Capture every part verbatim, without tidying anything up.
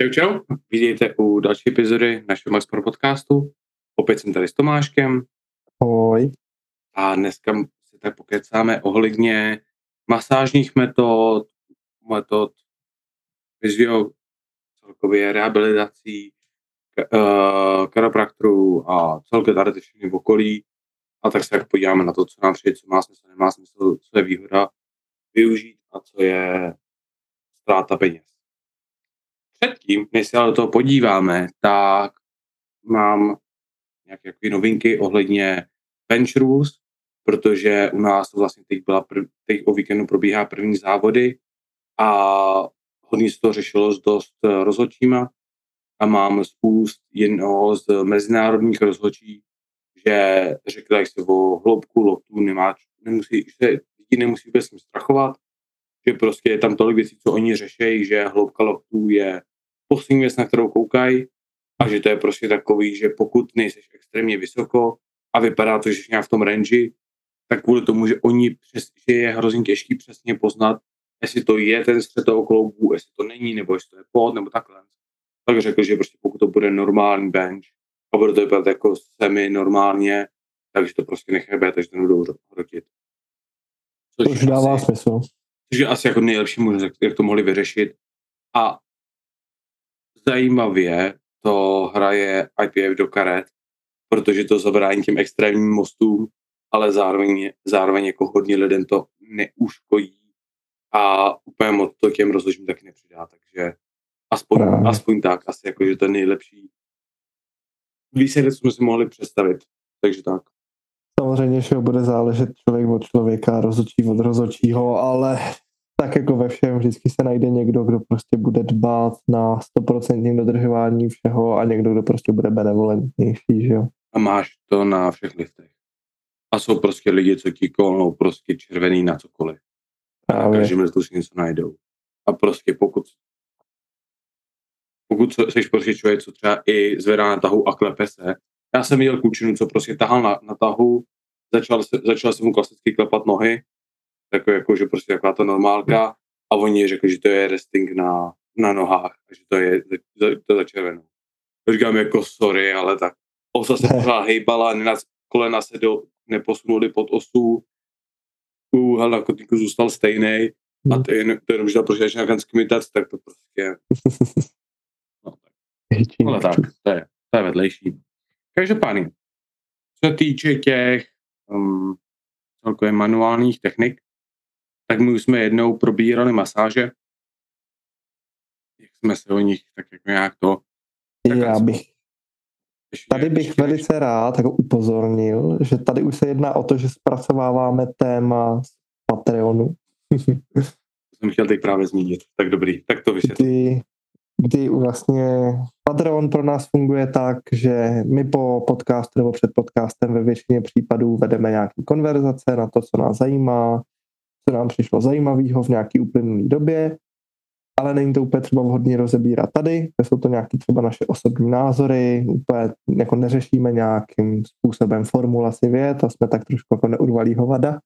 Čau, čau. Vítejte u další epizody našeho Maxpro podcastu. Opět jsem tady s Tomáškem. Ahoj. A dneska si tak pokecáme ohledně masážních metod, metod fyzio, celkově rehabilitací, uh, chiropraktorů a celkově tady ty všechny v okolí. A tak se tak podíváme na to, co nám přijde, co má smysl, nemá smysl, co je výhoda využít a co je ztráta peněz. Předtím, než se ale do toho podíváme, tak mám nějaké novinky ohledně bench rules, protože u nás to vlastně teď, byla prv, teď o víkendu probíhá první závody a hodně se to řešilo s dost rozhodčíma a mám z úst jednoho z mezinárodních rozhodčí, že řekl, jak se o hloubku loktů nemá, nemusí, že lidi nemusí vůbec s ním strachovat, že prostě je tam tolik věcí, co oni řešejí, že hloubka loktů je poslední věc, na kterou koukají, a že to je prostě takový, že pokud nejseš extrémně vysoko a vypadá to, že jsi nějak v tom range, tak kvůli tomu, že oni přes, že je hrozně těžký přesně poznat, jestli to je ten střed toho kloubu, jestli to není, nebo jestli to je pod, nebo takhle. Tak řekl, že prostě pokud to bude normální bench a bude to vypadat jako semi normálně, takže to prostě nechají být, takže to nebudou hrotit. To už dává asi, smysl. Což je asi jako nejlepší možnost, jak to mohli vyřešit. A zajímavě to hraje I P F do karet, protože to zabrání těm extrémním mostům, ale zároveň, zároveň jako hodně lidem to neuškodí a úplně moc to těm rozhodčím taky nepřidá, takže aspoň, aspoň tak, asi jako, že to je nejlepší výsledek, co jsme si mohli představit, takže tak. Samozřejmě, že bude záležet člověk od člověka, rozhodčí od rozhodčího, ale tak jako ve všem vždycky se najde někdo, kdo prostě bude dbát na sto procent dodržování všeho a někdo, kdo prostě bude benevolentnější, že jo. A máš to na všech liftech. A jsou prostě lidi, co ti kolnou prostě červený na cokoliv. A na každém liftu si něco najdou. A prostě pokud pokud jsi prostě člověk, co třeba i zvedá na tahu a klepe se. Já jsem viděl klučinu, co prostě tahal na, na tahu, začal se, začal se mu klasicky klepat nohy, tak jako, že prostě taková ta normálka, a oni řekli, že to je resting na, na nohách, a že to je, to, to je za červenou. Říkám jako sorry, ale tak osa se pořád hejbala, kolena se do, neposunuli pod osu, úhel na kotníku zůstal stejnej, a to je, to je jenom, že prostě nějaká skimitace, tak to prostě no, tak. Ale tak, to je, to je vedlejší. Každopádně, co se týče těch um, celkově manuálních technik, tak my už jsme jednou probírali masáže. Jak jsme se o nich tak jako nějak to... Já bych... Tady bych velice rád jako upozornil, že tady už se jedná o to, že zpracováváme téma z Patreonu. To jsem chtěl teď právě zmínit. Tak dobrý, tak to vysvětlím. Kdy vlastně Patreon pro nás funguje tak, že my po podcastu nebo před podcastem ve většině případů vedeme nějaké konverzace na to, co nás zajímá, co nám přišlo zajímavého v nějaké uplynulé době, ale není to úplně třeba vhodně rozebírat tady, jsou to nějaké třeba naše osobní názory, úplně jako neřešíme nějakým způsobem formulaci vět a jsme tak trošku jako neurvalý hovada.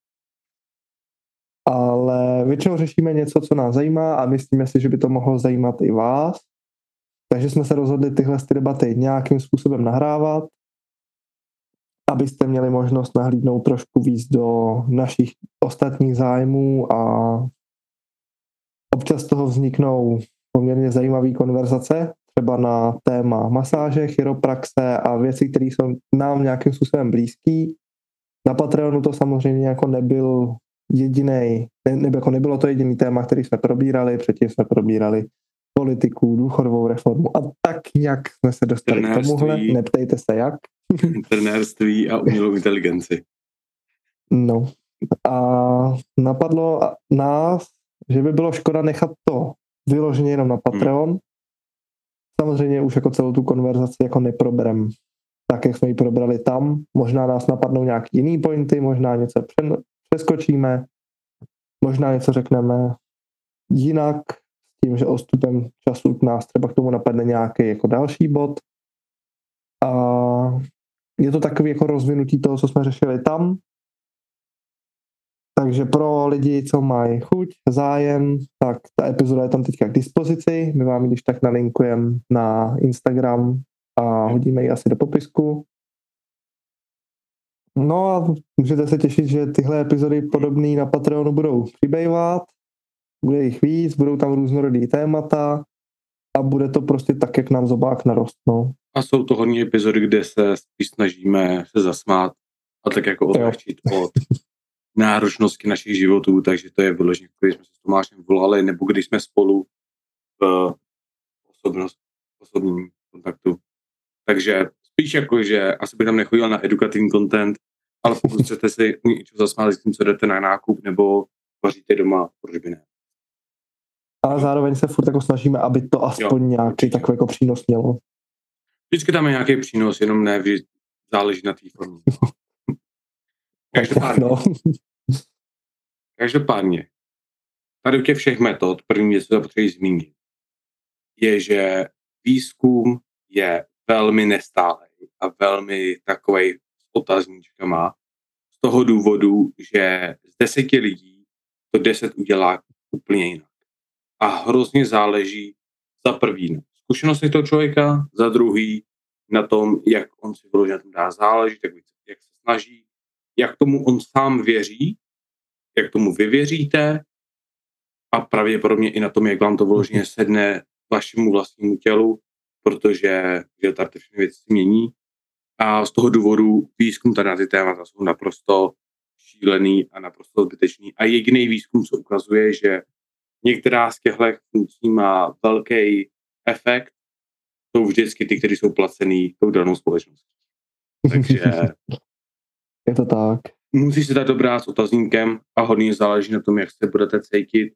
Ale většinou řešíme něco, co nás zajímá a myslíme si, že by to mohlo zajímat i vás. Takže jsme se rozhodli tyhle debaty nějakým způsobem nahrávat, abyste měli možnost nahlídnout trošku víc do našich ostatních zájmů a občas z toho vzniknou poměrně zajímavé konverzace, třeba na téma masáže, chiropraxe a věci, které jsou nám nějakým způsobem blízký. Na Patreonu to samozřejmě jako nebyl jedinej, ne, nebo jako nebylo to jediný téma, který jsme probírali, předtím jsme probírali politiku, důchodovou reformu a tak nějak jsme se dostali k tomuhle, neptejte se jak. Trenérství a umělou inteligenci. No a napadlo nás, že by bylo škoda nechat to vyloženě jenom na Patreon. Hmm. Samozřejmě už jako celou tu konverzaci jako neproberem tak, jak jsme ji probrali tam. Možná nás napadnou nějaký jiný pointy, možná něco přeskočíme, možná něco řekneme jinak, s tím, že odstupem času nás třeba k tomu napadne nějaký jako další bod. A je to takový jako rozvinutí toho, co jsme řešili tam. Takže pro lidi, co mají chuť, zájem, tak ta epizoda je tam teďka k dispozici. My vám ji když tak nalinkujeme na Instagram a hodíme ji asi do popisku. No a můžete se těšit, že tyhle epizody podobné na Patreonu budou přibývat. Bude jich víc, budou tam různorodý témata a bude to prostě tak, jak nám zobák narost. No. A jsou to hodně epizody, kde se spíš snažíme se zasmát a tak jako odlehčit od náročnosti našich životů, takže to je vyloženě, když jsme se s Tomášem volali, nebo když jsme spolu v osobnost, osobním kontaktu. Takže spíš jako, že asi bych tam nechodil na edukativní content, ale pokud chcete si něco zasmát s tím, co jdete na nákup, nebo vaříte doma, proč by ne. Ale zároveň se furt jako snažíme, aby to aspoň jo, nějaký takový jako přínos mělo. Vždycky tam je nějaký přínos, jenom ne, vždy záleží na té formě. Každopádně, no. Každopádně, tady u těch všech metod, první věc, co zapotřebí zmínit, je, že výzkum je velmi nestálý a velmi takovej s otazníčkama z toho důvodu, že z deseti lidí to deset udělá úplně jinak. A hrozně záleží za prvý na zkušenosti toho člověka, za druhý na tom, jak on si vyloženě na tom dá záležet, jak, jak se snaží, jak tomu on sám věří, jak tomu vy věříte a pravděpodobně i na tom, jak vám to vyloženě sedne vašemu vlastnímu tělu, protože že tady všechny věci mění. A z toho důvodu výzkum tady na ty témata jsou naprosto šílený a naprosto zbytečný. A jediný výzkum, co ukazuje, že některá z těchto funkcí má velký efekt, jsou vždycky ty, kteří jsou placený tou danou společností. Takže je to tak. Musíš se dát dobrá s otazníkem a hodně záleží na tom, jak se budete cítit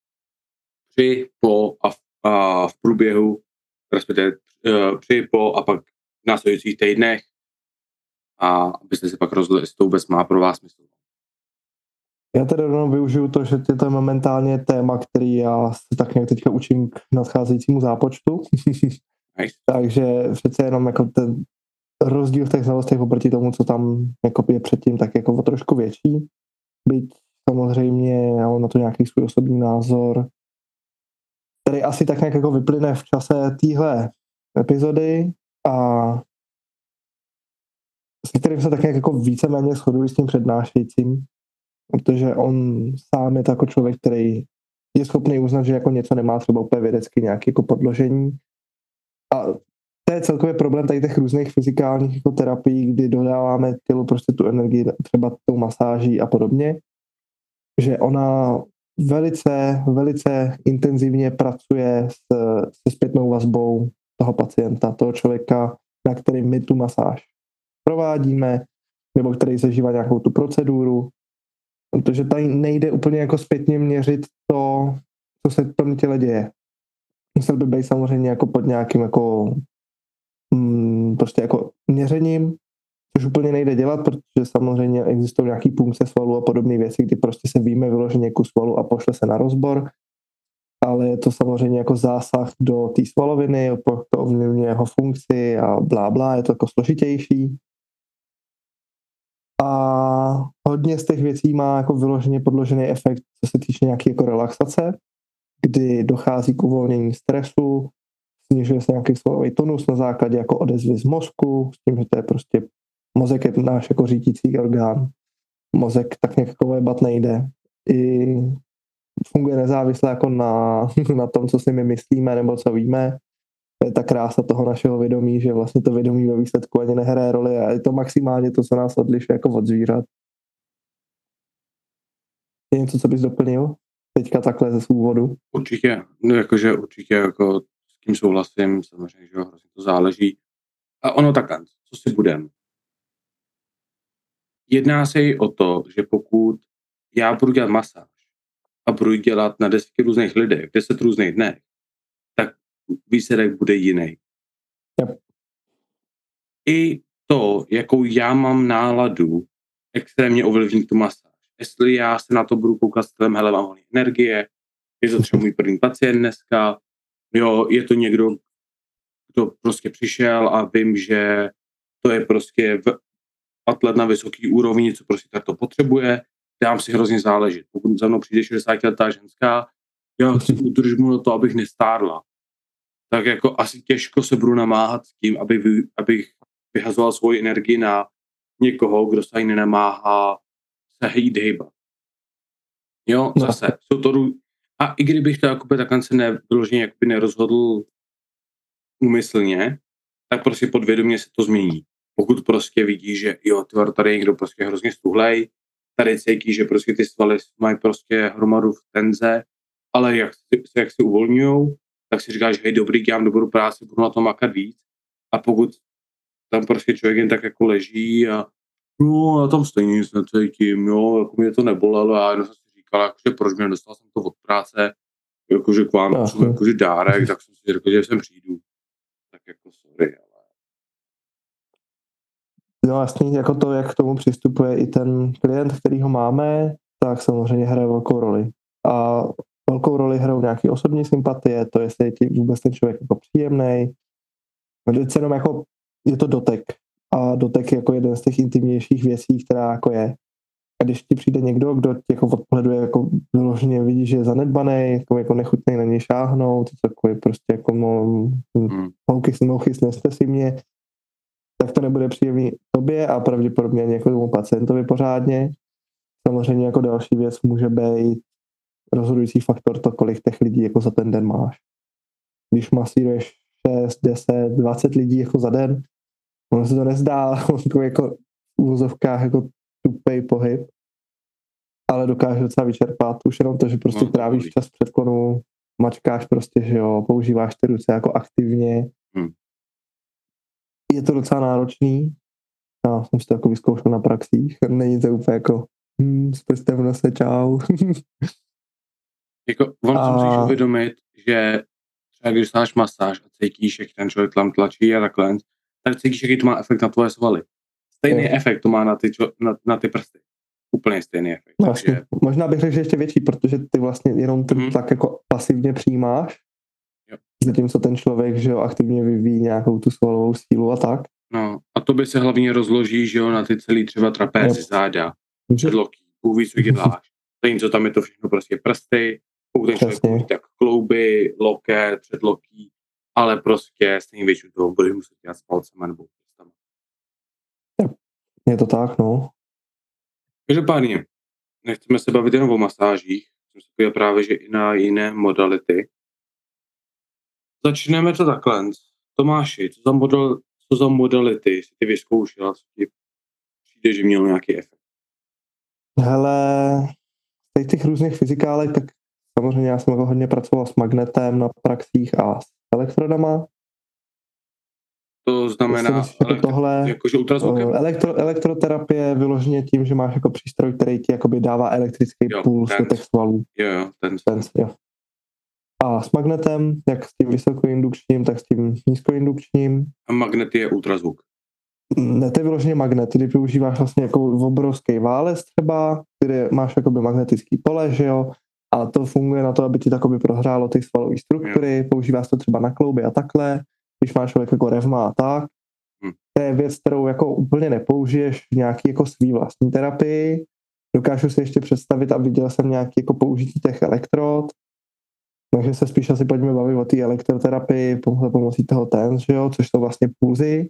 při, po a v, a v průběhu, respektive při, po a pak v následujících týdnech, a abyste si pak rozhodli, jestli to vůbec má pro vás smysl. Já tedy rovnou využiju to, že to je momentálně téma, který já se tak nějak teďka učím k nadcházejícímu zápočtu. Nice. Takže přece jenom jako ten rozdíl v těch znalostech oproti tomu, co tam jako je předtím, tak jako o trošku větší. Byť samozřejmě já mám na to nějaký svůj osobní názor, který asi tak nějak jako vyplyne v čase téhle epizody a s kterým se tak nějak jako víceméně shoduji s tím přednášejícím, protože on sám je to jako člověk, který je schopný uznat, že jako něco nemá třeba úplně vědecky nějaké jako podložení. A to je celkově problém tady těch různých fyzikálních jako terapií, kdy dodáváme tělu prostě tu energii třeba tou masáží a podobně, že ona velice, velice intenzivně pracuje s, se zpětnou vazbou toho pacienta, toho člověka, na který my tu masáž provádíme, nebo který zažívá nějakou tu proceduru, protože tady nejde úplně jako zpětně měřit to, co se v tom těle děje. Musel by být samozřejmě jako pod nějakým jako mm, prostě jako měřením, což úplně nejde dělat, protože samozřejmě existují nějaký punkce svalu a podobné věci, kdy prostě se víme vyloženě kus svalu a pošle se na rozbor, ale je to samozřejmě jako zásah do té svaloviny, to ovlivňuje jeho funkci a blá, blá, je to jako složitější. A hodně z těch věcí má jako vyloženě podložený efekt, co se týče nějaké jako relaxace, kdy dochází k uvolnění stresu, snižuje se nějaký svalový tonus na základě jako odezvy z mozku, s tím, že to je prostě mozek je náš jako řídící orgán. Mozek tak nějak jako vebat nejde. I funguje nezávisle jako na, na tom, co si my myslíme nebo co víme. To je ta krása toho našeho vědomí, že vlastně to vědomí ve výsledku ani nehraje roli a je to maximálně to, co nás odlišuje jako od zvířat. Je něco, co bys doplnil? Teďka takhle ze úvodu. Určitě, no jakože určitě jako s tím souhlasím, samozřejmě, že hrozně to záleží. A ono takhle, co si budem. Jedná se i o to, že pokud já budu dělat masáž a budu dělat na deseti různých lidech, deset různých dnech, tak výsledek bude jiný. Yep. I to, jakou já mám náladu, extrémně ovlivní tu masáž. Jestli já se na to budu koukat s tím, hele, mám hodně energie, je to třeba můj první pacient dneska, jo, je to někdo, kdo prostě přišel a vím, že to je prostě v atlet na vysoký úrovni, co prostě tak to potřebuje, dám si hrozně záležet. Pokud za mnou přijde šedesátiletá ženská, já chci udržmu na to, abych nestárla. Tak jako asi těžko se budu namáhat s tím, aby vy, abych vyhazoval svoji energii na někoho, kdo se ani nenamáhá se jít hejbat. Jo, zase. Jsou to rů... A i kdybych to jakoby takhle se nevyloženě jakoby nerozhodl úmyslně, tak prostě podvědomě se to změní. Pokud prostě vidí, že jo, tyvar, tady je někdo prostě hrozně stuhlej, tady cítí, že prostě ty svaly mají prostě hromadu v tenze, ale jak se jak si uvolňujou, tak si říkáš, hej, dobrý, dělám dobrou práci, budu na to makat víc. A pokud tam prostě člověk jen tak jako leží a no, já tam stejně nic necítím, jo, jako mě to nebolelo, a jenom jsem si říkal, jakože proč mě dostal jsem to od práce, jakože k vám, no, jakože dárek, tak jsem si řekl, že sem přijdu. Tak jako sorry, ale... No vlastně jako to, jak k tomu přistupuje i ten klient, který ho máme, tak samozřejmě hraje velkou roli. A velkou roli hrajou nějaké osobní sympatie, to jestli je ti vůbec ten člověk jako příjemnej. Vždyť jenom jako je to dotek. A dotek je jako jeden z těch intimnějších věcí, která jako je. A když ti přijde někdo, kdo ti jako od pohledu jako vyloženě vidí, že je zanedbaný, jako, jako nechutnej na něj šáhnout, takový prostě jako no, hmm. mouchy, mouchy, sneste si mě, tak to nebude příjemný tobě a pravděpodobně ani jako tomu pacientovi pořádně. Samozřejmě jako další věc může být rozhodující faktor to, kolik těch lidí jako za ten den máš. Když masíruješ šest, deset, dvacet lidí jako za den, ono se to nezdá, to jako v úvozovkách jako tupej pohyb, ale dokáže docela vyčerpat už jenom to, že prostě no, trávíš čas v předklonu, mačkáš prostě, že jo, používáš ty ruce jako aktivně. Hmm. Je to docela náročný. Já jsem si to jako vyzkoušel na praxích. Není to úplně jako hmm, s prstem v nose, čau. Jako, on a... si musíš uvědomit, že třeba když dáš masáž a cítíš, jak ten člověk tam tlačí a takhle, tak cítíš, jaký to má efekt na tvoje svaly. Stejný je. efekt to má na ty, na, na ty prsty. Úplně stejný efekt. Vlastně, takže... Možná bych řekl, že ještě větší, protože ty vlastně jenom ten mm-hmm. tlak jako pasivně přijímáš, jo. Zatímco ten člověk, že jo, aktivně vyvíjí nějakou tu svalovou sílu a tak. No, a to by se hlavně rozloží, že jo, na ty celý třeba trapézy, záda, předloky, Bůh ví, co děláš. Zatímco tam je to všechno prostě prsty, pokud ten člověk může tak klouby, loket, předloky, ale prostě stejně většinou toho budeš muset dělat s palcema nebo prstama. Je to tak, no. Každopádně, nechceme se bavit jenom o masážích, jsem se podíval právě, že i na jiné modality. Začneme to takhle. Tomáši, co za, model, co za modality jsi ty vyzkoušela, co ti přijde, že měl nějaký efekt? Hele, z těch různých fyzikálek, tak samozřejmě já jsem jako hodně pracoval s magnetem na praxích a s elektrodama. To znamená, myslím, že elektro, tohle, jakože ultrazvukem? Elektro, elektroterapie vyloženě tím, že máš jako přístroj, který ti jakoby dává elektrický jo, puls do těch svalů. Jo, jo, ten. ten jo. A s magnetem, jak s tím vysokoindukčním, tak s tím nízkoindukčním. A magnet je ultrazvuk? Ne, to je vyloženě magnet, ty využíváš vlastně jako obrovský válec třeba, který máš jakoby magnetický pole, že jo, a to funguje na to, aby ti takoby prohrálo ty svalové struktury, jo. Používáš to třeba na klouby a takhle, když máš člověk jako revma a tak. Hmm. To je věc, kterou jako úplně nepoužiješ v nějaký jako svý vlastní terapii. Dokážu si ještě představit a viděl jsem nějaký jako použití těch elektrod, takže se spíš asi pojďme bavit o té elektroterapii pomocí toho T E N S, že jo, což jsou vlastně pulzy.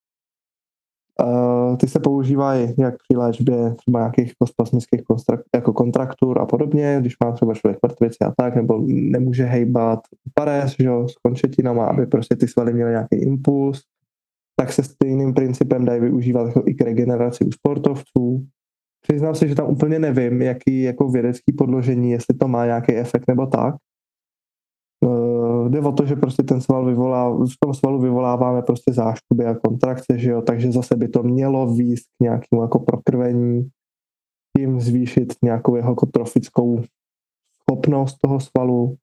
Uh, ty se používají jak při léčbě třeba nějakých jako spasmických kontrakt, jako kontraktur a podobně, když má třeba člověk mrtvici a tak, nebo nemůže hejbat pares, že jo, s končetinama, aby prostě ty svaly měly nějaký impuls, tak se stejným principem dají využívat jako i k regeneraci u sportovců. Přiznám se, že tam úplně nevím, jaký jako vědecký podložení, jestli to má nějaký efekt nebo tak. Uh, jde o to, že prostě ten sval vyvolá, v tom svalu vyvoláváme prostě záškuby a kontrakce, že jo, takže zase by to mělo vést k nějakému jako prokrvení, tím zvýšit nějakou jeho jako trofickou schopnost toho svalu.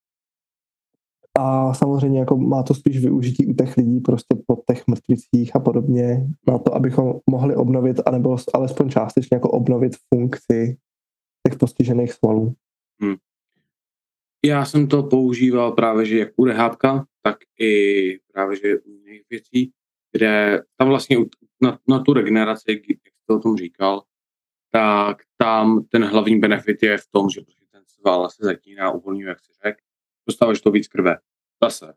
A samozřejmě jako má to spíš využití u těch lidí prostě po těch mrtvicích a podobně, na to, abychom mohli obnovit, anebo alespoň částečně jako obnovit funkci těch postižených svalů. Hmm. Já jsem to používal právě, že jak u rehábka, tak i právě, že u jiných věcí, kde tam vlastně na, na tu regeneraci, jak jsi o tom říkal, tak tam ten hlavní benefit je v tom, že prostě ten sval se zatíná, uvolňuje, jak si řekl, dostáváš to víc krve. Zase.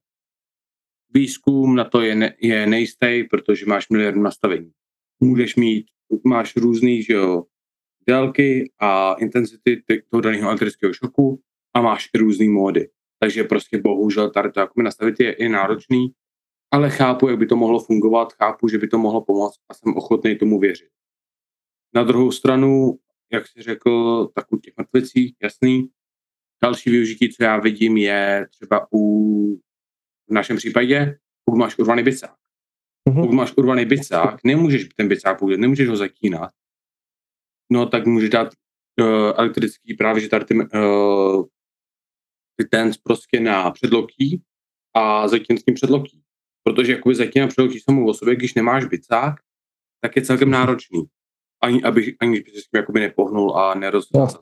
Výzkum na to je, ne, je nejistý, protože máš miliardu nastavení. Můžeš mít, máš různý, že jo, délky a intenzity toho daného elektrického šoku a máš i různý módy. Takže prostě bohužel tady to jako nastavit je, je náročný, ale chápu, jak by to mohlo fungovat, chápu, že by to mohlo pomoct a jsem ochotný tomu věřit. Na druhou stranu, jak jsi řekl, tak u těch mrtvicí, jasný. Další využití, co já vidím, je třeba u, v našem případě, pokud máš urvaný bicák. Mm-hmm. Pokud máš urvaný bicák, nemůžeš ten bicák použít, nemůžeš ho zatínat. No tak můžeš dát uh, elektrický právě, že tady ty, uh, ty ten prostě na předlokí a zatím s tím předlokí. Protože jakoby zatím na předlokí samou o sobě, když nemáš bicák, tak je celkem náročný. Ani, aby, ani by se s tím jakoby nepohnul a nerozhodl.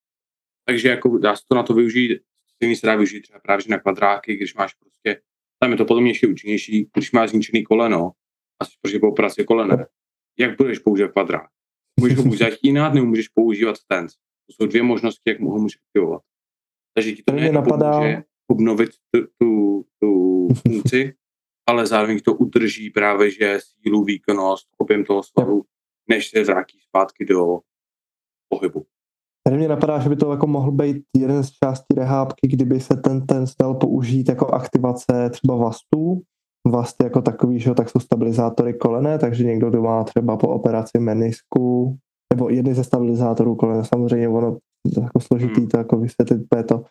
Takže jako dá se to na to využít, stejně se dá využít třeba právě na kvadráky, když máš prostě, tam je to potom ještě účinnější, když máš zničený koleno a jsi prostě po operaci kolene. Jak budeš používat kvadrák? Můžeš ho buď zatínat, nebo můžeš používat stance. To jsou dvě možnosti, jak ho můžeš aktivovat. Takže ti to nepomůže obnovit tu, tu, tu funkci, ale zároveň to udrží právě, že sílu, výkonnost, objem toho svalu, než se vrátí zpátky do pohybu. Tady mě napadá, že by to jako mohl být jeden z částí rehábky, kdyby se ten ten dal použít jako aktivace třeba vastů. Vasty jako takový, že tak jsou stabilizátory kolene, takže někdo, kdo má třeba po operaci menisku, nebo jedny ze stabilizátorů kolene, samozřejmě ono to jako složitý to jako vysvětlit, to,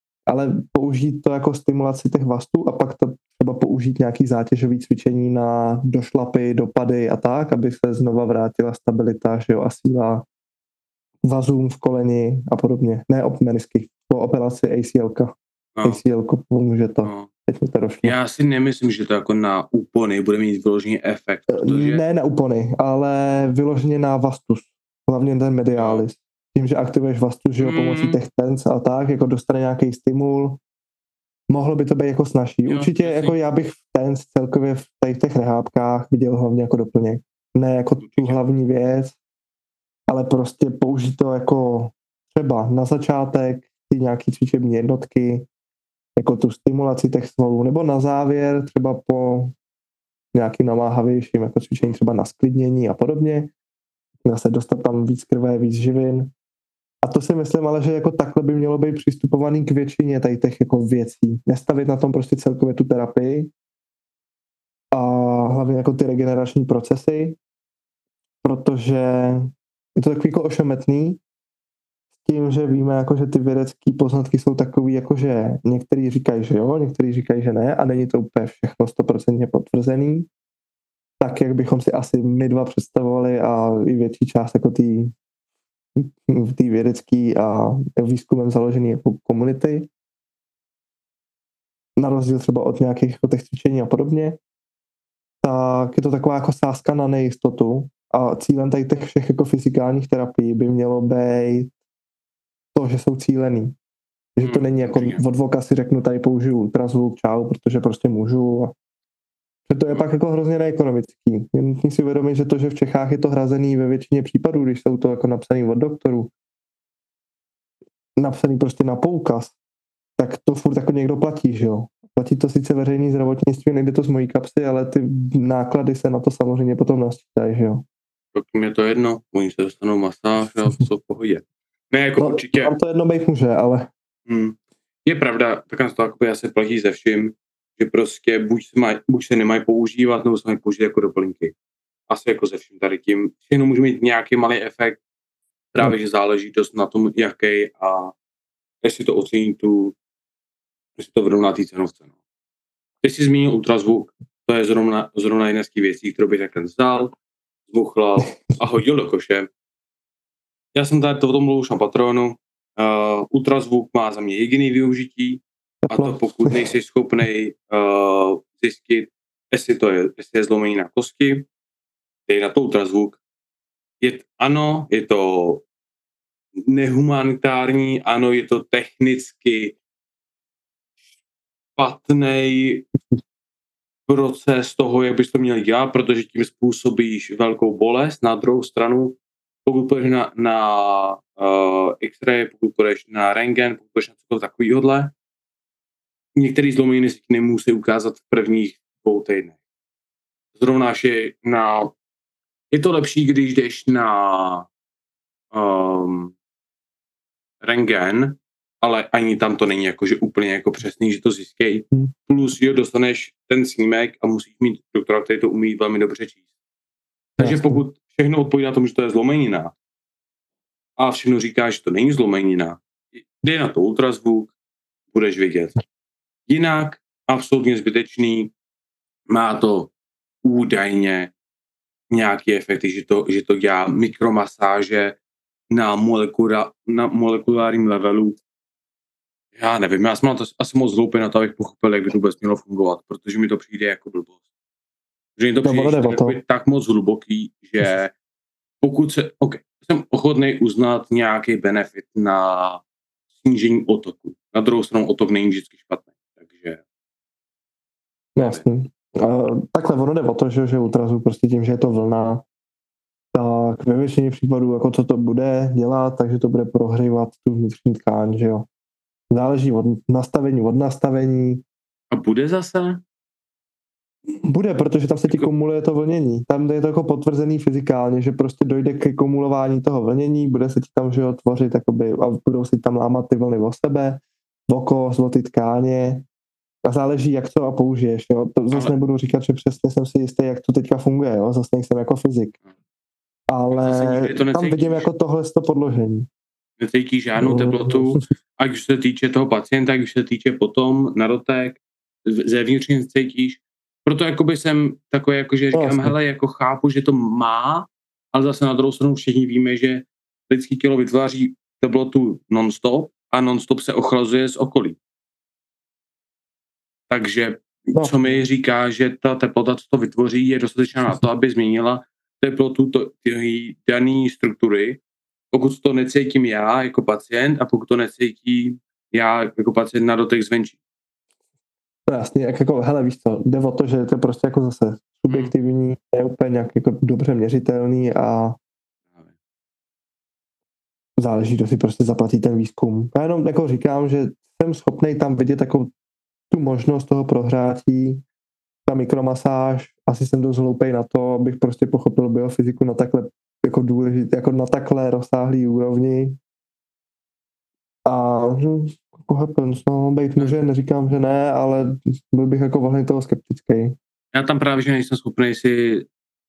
ale použít to jako stimulaci těch vastů a pak to třeba použít nějaký zátěžový cvičení na došlapy, dopady a tak, aby se znova vrátila stabilita, že jo, a síla vazům v koleni a podobně. Ne op menisky, po operaci A C L ka. No. A C L ko pomůže to. No. Teď mi to došlo. Já si nemyslím, že to jako na úpony bude mít vyložený efekt. Protože... Ne na úpony, ale vyloženě na vastus. Hlavně ten medialis. Tím, že aktivuješ vastus, že jo, pomocí mm. těch tens a tak, jako dostane nějaký stimul. Mohlo by to být jako snažší. Jo, určitě jasný. Jako já bych v tens celkově v těch, těch rehábkách viděl hlavně jako doplněk. Ne jako tu hlavní věc, ale prostě použít to jako třeba na začátek ty nějaký cvičební jednotky, jako tu stimulaci těch svalů, nebo na závěr třeba po nějakým namáhavějším jako cvičení třeba na sklidnění a podobně. Zase dostat tam víc krve, víc živin. A to si myslím ale, že jako takhle by mělo být přistupovaný k většině tady těch jako věcí. Nestavit na tom prostě celkově tu terapii a hlavně jako ty regenerační procesy, protože je to takový jako ošemetný s tím, že víme, jako, že ty vědecké poznatky jsou takový, jako, že některý říkají, že jo, některý říkají, že ne a není to úplně všechno stoprocentně potvrzený, tak, jak bychom si asi my dva představovali a i větší část jako tý, v té vědecké a výzkumem založené jako komunity, na rozdíl třeba od nějakých jako těch cvičení a podobně, tak je to taková jako sázka na nejistotu a cílem tady těch všech jako fyzikálních terapií by mělo být to, že jsou cílený. Že to není jako od voka si řeknu, tady použiju ultrazvuk, čau, protože prostě můžu. A že to je pak jako hrozně neekonomický. Je nutný si uvědomit, že to, že v Čechách je to hrazený ve většině případů, když jsou to jako napsaný od doktorů, napsaný prostě na poukaz, tak to furt jako někdo platí, že jo. Platí to sice veřejný zdravotnictví, nejde to z mojí kapsy, ale ty náklady se na to samozřejmě potom nasčítají, že jo. Tak je to jedno, oni se dostanou masáž a jsou v pohodě. Ne, jako no, určitě. Tam to jedno být může, ale... Hmm. Je pravda, tak to jako asi platí ze vším, že prostě buď se, maj, buď se nemají používat, nebo se mají použít jako doplňky. Asi jako ze vším tady tím. Všechno může mít nějaký malý efekt, právě, no. Že záleží dost na tom, jaký a jestli to ocení tu, jestli to vyrovná té cenovce. No. Když jsi zmínil ultrazvuk, to je zrovna, zrovna jedna z těch věcí, kterou bych takhle vzal, zmuchlal a hodil do koše. Já jsem tady to o tom mluvil už na Patronu. Uh, ultrazvuk má za mě jediný využití, a to pokud nejsi schopnej uh, zjistit, jestli to je, jestli je zlomení na kosti, je na to ultrazvuk. Je, ano, je to nehumanitární, ano, je to technicky špatný proces toho, jak bys to měl dělat, protože tím způsobíš velkou bolest. Na druhou stranu pokud půjdeš na, na uh, X-ray, pokud půjdeš na rentgen, pokud půjdeš na cokoliv takovýhodle, některé zlomeniny si nemusí ukázat v prvních dvou týdnech. Zrovna, že na, je to lepší, když jdeš na um, rentgen, ale ani tam to není jakože úplně jako přesný, že to zjistějí. Hmm. Plus, že dostaneš ten snímek a musíš mít doktora, který to umí velmi dobře číst. Takže Jasně. pokud všechno odpovídá tomu, že to je zlomenina a všechno říká, že to není zlomenina, jde na to ultrazvuk, budeš vidět. Jinak absolutně zbytečný, má to údajně nějaký efekty, že to, že to dělá mikromasáže na, molekula, na molekulárním levelu. Já nevím, já jsem na to asi moc hloupý na to, abych pochopil, jak by to vůbec mělo fungovat, protože mi to přijde jako blbost. Že mi to No, přijde to. tak, tak moc hluboký, že pokud se, ok, jsem ochotný uznat nějaký benefit na snížení otoku. Na druhou stranu otok není vždycky špatný, takže... Jasně. Uh, takhle ono jde o to, že, že ultrazvuk prostě tím, že je to vlna, tak ve většině případů, jako co to bude dělat, takže to bude prohřívat tu vnitřní tkáň, že jo. Záleží od nastavení, od nastavení. A bude zase? Bude, protože tam se ti kumuluje to vlnění. Tam je to jako potvrzený fyzikálně, že prostě dojde ke kumulování toho vlnění, bude se ti tam, že jo, tvořit, jakoby, a budou si tam lámat ty vlny o sebe, o kost, o ty tkáně. A záleží, jak to a použiješ, jo. To zase ale... nebudu říkat, že přesně jsem si jistý, jak to teďka funguje, jo. Zase nejsem jako fyzik. Ale tam vidím jako tohle z to podložení. Necítíš žádnou teplotu, ať už se týče toho pacienta, ať už se týče potom na dotek, zevnitř necítíš. Proto jakoby jsem takový, jako, že říkám, vlastně. Hele, jako chápu, že to má, ale zase na druhou stranu všichni víme, že lidský tělo vytváří teplotu non-stop a non-stop se ochlazuje z okolí. Takže no. Co mi říká, že ta teplota, co to vytvoří, je dostatečná na to, aby změnila teplotu to, ty dané struktury, pokud to necítím já jako pacient a pokud to necítí já jako pacient na dotek zvenčí. Jasně, jak jako, hele, víš co, jde o to, že to je prostě jako zase subjektivní, hmm. je úplně nějak jako dobře měřitelný a záleží, kdo si prostě zaplatí ten výzkum. Já jenom jako říkám, že jsem schopnej tam vidět takovou tu možnost toho prohrátí, ta mikromasáž, asi jsem dost hloupej na to, abych prostě pochopil biofyziku na takhle jako důležitý, jako na takhle rozsáhlý úrovni. A jako happens, no, bejt může, neříkám, že ne, ale byl bych jako vlastně toho skeptický. Já tam právě, že nejsem schopný si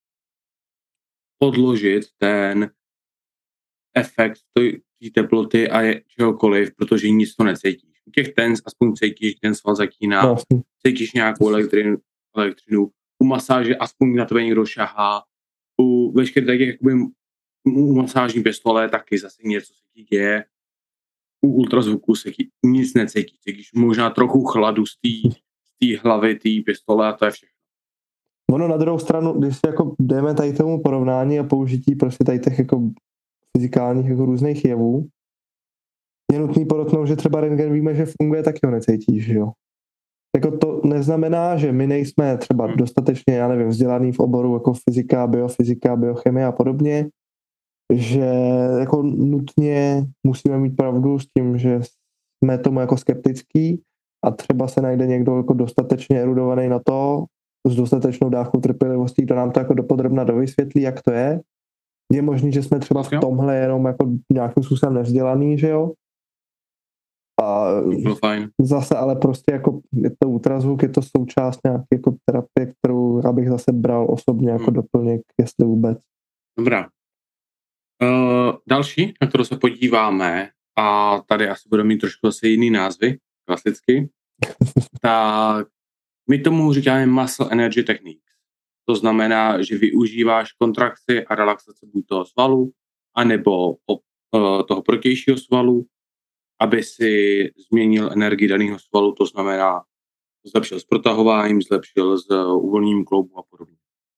podložit ten efekt té teploty a je čehokoliv, protože nic to necítíš. U těch tens aspoň cítíš, ten sval zakíná, no, cítíš nějakou elektřinu, elektřinu, u masáže aspoň na tebe někdo šahá, u veškeré tak jakoby u masážní pistole taky zase něco se ti děje, u ultrazvuku se ti nic necítíš, cítíš možná trochu chladu z té hlavy té pistole a to je všechno. Ono na druhou stranu, když si jako jdeme tady tomu porovnání a použití prostě tady těch jako fyzikálních jako různých jevů, je nutný podotknout, že třeba rentgen víme, že funguje, tak ho necítíš, že jo. Jako to neznamená, že my nejsme třeba dostatečně, já nevím, vzdělaný v oboru jako fyzika, biofyzika, biochemie a podobně, že jako nutně musíme mít pravdu s tím, že jsme tomu jako skeptický a třeba se najde někdo jako dostatečně erudovaný na to, s dostatečnou dávkou trpělivostí, to nám to jako dopodrobna dovysvětlí, jak to je. Je možný, že jsme třeba v tomhle jenom jako nějakým způsobem nevzdělaný, že jo? A zase ale prostě jako je to ultrazvuk, je to součást nějaké jako terapie, kterou abych zase bral osobně jako hmm. doplněk, jestli vůbec. Dobrá. Uh, další, na kterou se podíváme, a tady asi budeme mít trošku zase jiný názvy, klasicky, tak my tomu říkáme muscle energy techniques. To znamená, že využíváš kontrakci a relaxaci buď toho svalu, anebo uh, toho protějšího svalu, aby si změnil energii daného svalu, to znamená zlepšil s protahováním, zlepšil s uvolněním kloubu a podobně.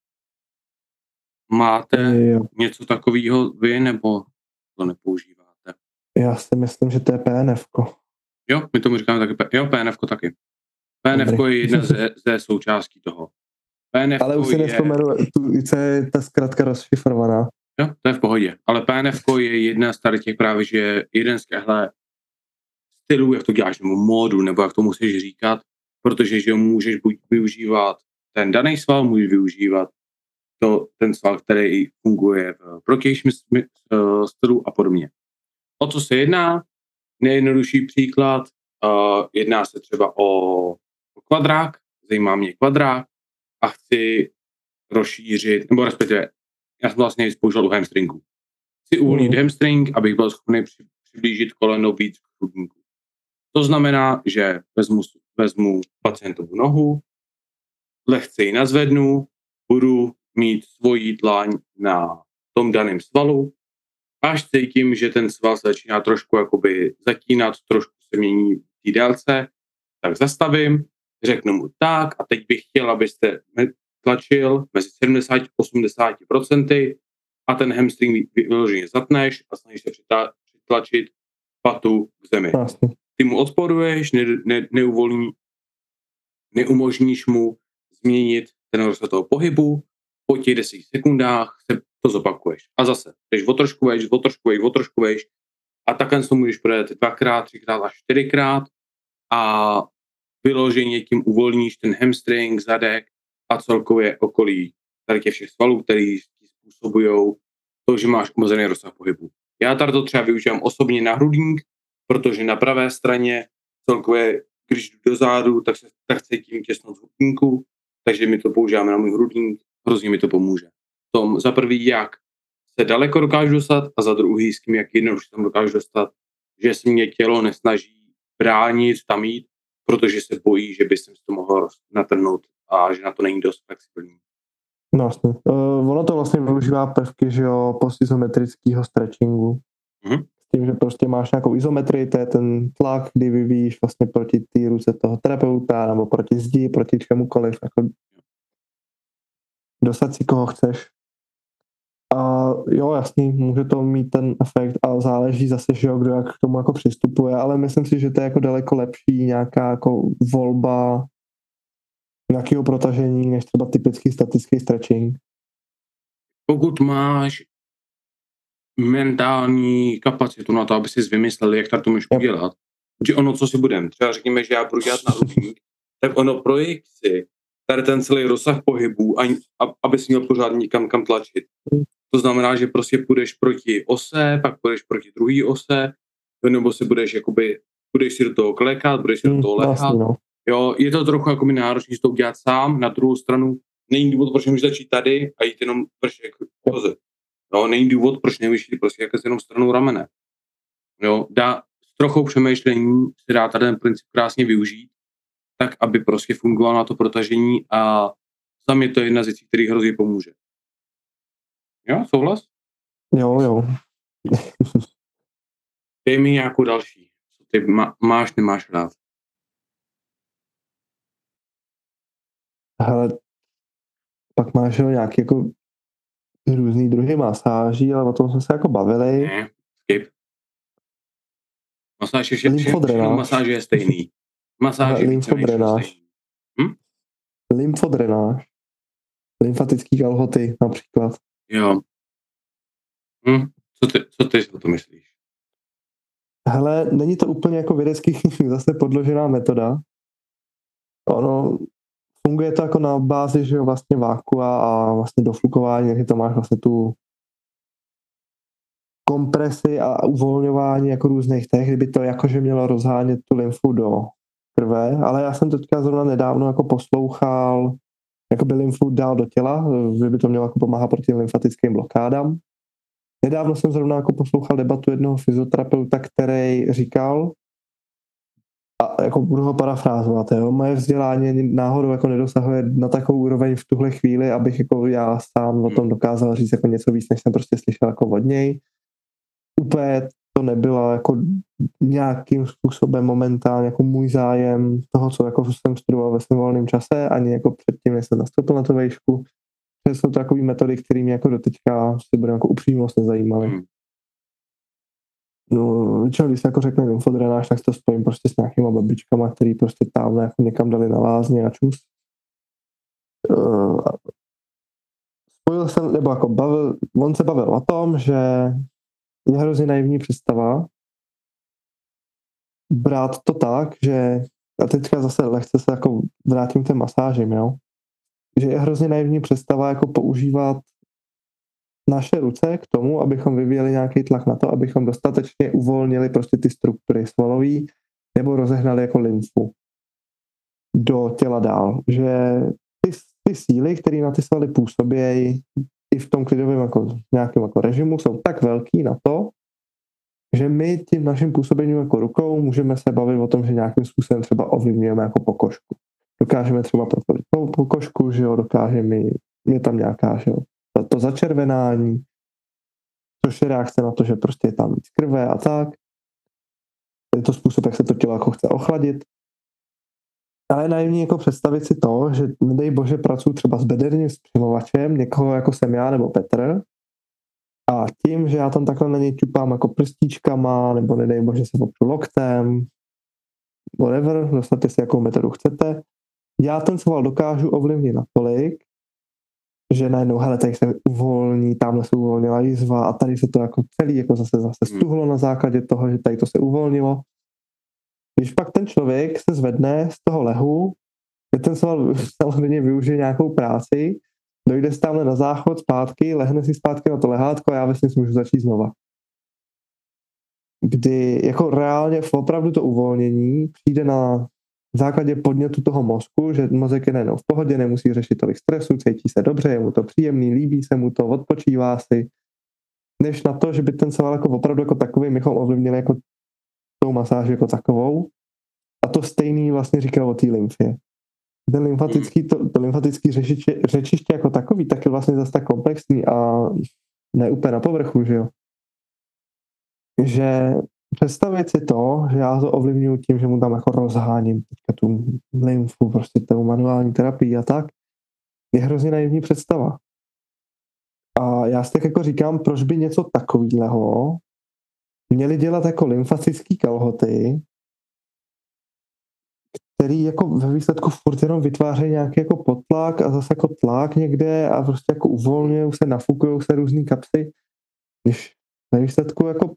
Máte jo. něco takového vy, nebo to nepoužíváte? Já si myslím, že to je P N F ko. Jo, my tomu říkáme taky, jo, P N F ko taky. P N F ko je jedna ze, ze součástí toho. P N F ko Ale už si je... nespomenu, tu, co je ta zkratka rozšifrovaná. Jo, to je v pohodě. Ale P N F je jedna z tady těch právě, že jeden z těchto stylů, jak to děláš, nebo módu, nebo jak to musíš říkat, protože že můžeš buď využívat ten daný sval, můžeš využívat to, ten sval, který funguje v protějším stylu a podobně. O co se jedná? Nejjednodušší příklad, uh, jedná se třeba o, o kvadrák, zajímá mě kvadrák a chci rozšířit, nebo respektive, já jsem vlastně použil u hamstringu. Chci uvolnit mm. hamstring, abych byl schopný při, přiblížit koleno víc k hrudníku. To znamená, že vezmu, vezmu pacientovu nohu, lehce ji nazvednu, budu mít svoji dlaň na tom daném svalu, až cítím, že ten sval se začíná trošku jakoby zatínat, trošku se mění v té délce, tak zastavím, řeknu mu tak a teď bych chtěl, abyste tlačil mezi sedmdesát až osmdesát procent a ten hamstring vyloženě zatneš a snažíš se přitlačit patu k zemi. Vlastně. Ty mu odporuješ, ne, ne, neuvolní, neumožníš mu změnit ten rozsah toho pohybu, po těch deseti sekundách se to zopakuješ. A zase, jdeš o trošku vejš, o trošku vejš, o trošku vejš a takhle to můžeš prodat dvakrát, třikrát až čtyřikrát a vyloženě tím uvolníš ten hamstring, zadek a celkově okolí tady těch všech svalů, který způsobují to, že máš omezený rozsah pohybu. Já tady to třeba využívám osobně na hrudník, protože na pravé straně celkově, když jdu dozadu, tak se tak cítím těsno z hrudníku, takže mi to používáme na můj hrudník, hrozně mi to pomůže. Tom za prvý, jak se daleko dokážu dostat a za druhý, s tím, jak jednoduše tam dokážu dostat, že se mě tělo nesnaží bránit tam jít, protože se bojí, že by jsem to mohl natrhnout a že na to není dost flexibilní. No vlastně. Uh, ono to vlastně využívá prvky, že jo, postizometrického stretchingu. Mm-hmm. S tím, že prostě máš nějakou izometrii, to je ten tlak, kdy vyvíjíš vlastně proti té ruce toho terapeuta nebo proti zdi, proti čemukoliv. Jako dostat si koho chceš. A jo, jasný, může to mít ten efekt a záleží zase, že jo, kdo jak k tomu jako přistupuje, ale myslím si, že to je jako daleko lepší nějaká jako volba nějakého protažení, než třeba typický statický stretching. Pokud máš mentální kapacitu na to, aby si vymyslel, jak to můžeš udělat, že ono, co si budem, třeba řekněme, že já budu dělat na hrudník, tak ono projekci, tady ten celý rozsah pohybu, aby si měl pořád nikam kam tlačit. To znamená, že prostě půjdeš proti ose, pak půjdeš proti druhý ose, nebo si budeš jakoby, budeš si do toho klekat, budeš si do toho lehat. No. Jo, je to trochu jakoby náročný to udělat sám, na druhou stranu není důvod, proč můžeš začít tady a jít jenom vršek k koze. Jo, není důvod, proč nemůžeš jít prostě jako jenom stranou ramene. Jo, dá, s trochou přemýšlení se dá tady ten princip krásně využít, tak, aby prostě fungovalo na to protažení a sám je to jedna z věcí, který hrozně pomůže. Jo, souhlas? Jo, jo. Dej mi nějakou další. Co ty má, máš, nemáš rád? Hele, pak máš jo, nějaký jako různý druhy masáží, ale o tom jsme se jako bavili. Ne, skip. Masáž je všechno, masáž je stejný. Masáž je lymfodrenáž. Hm? Lymfodrenáž. Lymfatický kalhoty například. Jo. Hm? Co ty, co ty o to myslíš? Hele, není to úplně jako vědecky zase podložená metoda. Ono funguje to jako na bázi, že jo, vlastně vákua a vlastně doflukování, takže to máš vlastně tu kompresy a uvolňování jako různých těch, kdyby to jakože mělo rozhánět tu lymfu do krve, ale já jsem teďka zrovna nedávno jako poslouchal jakoby lymfu dál do těla, že by to mělo jako pomáhat proti lymfatickým blokádám. Nedávno jsem zrovna jako poslouchal debatu jednoho fyzioterapeuta, který říkal, a jako budu ho parafrázovat, jo, moje vzdělání náhodou jako nedosahuje na takovou úroveň v tuhle chvíli, abych jako já sám o tom dokázal říct jako něco víc, než jsem prostě slyšel jako od něj. Úplně to nebylo jako nějakým způsobem momentálně jako můj zájem toho, co jako jsem studoval ve svém volném čase, ani jako předtím, než jsem nastoupil na tu vejšku. To jsou takové metody, které mě jako doteďka si budou jako upřímnost nezajímaly. Hmm. No, většinou, když se jako řekne lymfodrenáž, tak to spojím prostě s nějakýma babičkama, který prostě tam jako někam dali na lázně a čus. Uh, spojil jsem, nebo jako bavil, on se bavil o tom, že je hrozně naivní představa brát to tak, že a teďka zase lehce se jako vrátím k těm masážím, jo, že je hrozně naivní představa jako používat naše ruce k tomu, abychom vyvíjeli nějaký tlak na to, abychom dostatečně uvolnili prostě ty struktury svalový nebo rozehnali jako lymfu do těla dál. Že ty, ty síly, které na ty svaly působí i v tom klidovém jako nějakém jako režimu, jsou tak velký na to, že my tím naším působením jako rukou můžeme se bavit o tom, že nějakým způsobem třeba ovlivňujeme jako pokožku. Dokážeme třeba propojit pokožku, že jo, dokážeme, je tam nějaká, že jo, to začervenání, což je reakce na to, že prostě je tam víc krve a tak. Je to způsob, jak se to tělo jako chce ochladit. Ale naivní jako představit si to, že nedej bože pracuji třeba s bederním zpřimovačem, někoho jako jsem já nebo Petr, a tím, že já tam takhle na něj ťupám jako prstíčkama, nebo nedej bože se opřu loktem, whatever, dostanete si jakou metodu chcete, já ten sval dokážu ovlivnit natolik, že najednou, hele, tady se uvolní, tamhle se uvolnila jizva a tady se to jako celý jako zase zase stuhlo na základě toho, že tady to se uvolnilo. Když pak ten člověk se zvedne z toho lehu, že ten sval samozřejmě využije nějakou práci, dojde si tamhle na záchod zpátky, lehne si zpátky na to lehátko a já vlastně si můžu začít znova. Kdy jako reálně v opravdu to uvolnění přijde na základě podnětu toho mozku, že mozek je nejenom v pohodě, nemusí řešit tolik stresu, cítí se dobře, je mu to příjemný, líbí se mu to, odpočívá si, než na to, že by ten sval jako opravdu jako takový bychom ovlivnili jako tou masáži jako takovou. A to stejný vlastně říkal o té lymfě. Ten lymfatický, to, to lymfatický řečiště, řečiště jako takový, tak je vlastně zase tak komplexní a ne úplně na povrchu, že jo. Že představit si to, že já to ovlivňuji tím, že mu tam jako rozháním teďka tu lymfu, prostě tou manuální terapii a tak, je hrozně naivní představa. A já si tak jako říkám, proč by něco takového měli dělat jako lymfatický kalhoty, který jako ve výsledku furt jenom vytvářejí nějaký jako potlak a zase jako tlak někde a prostě jako uvolňují se, nafukujou se různý kapsy, když ve výsledku jako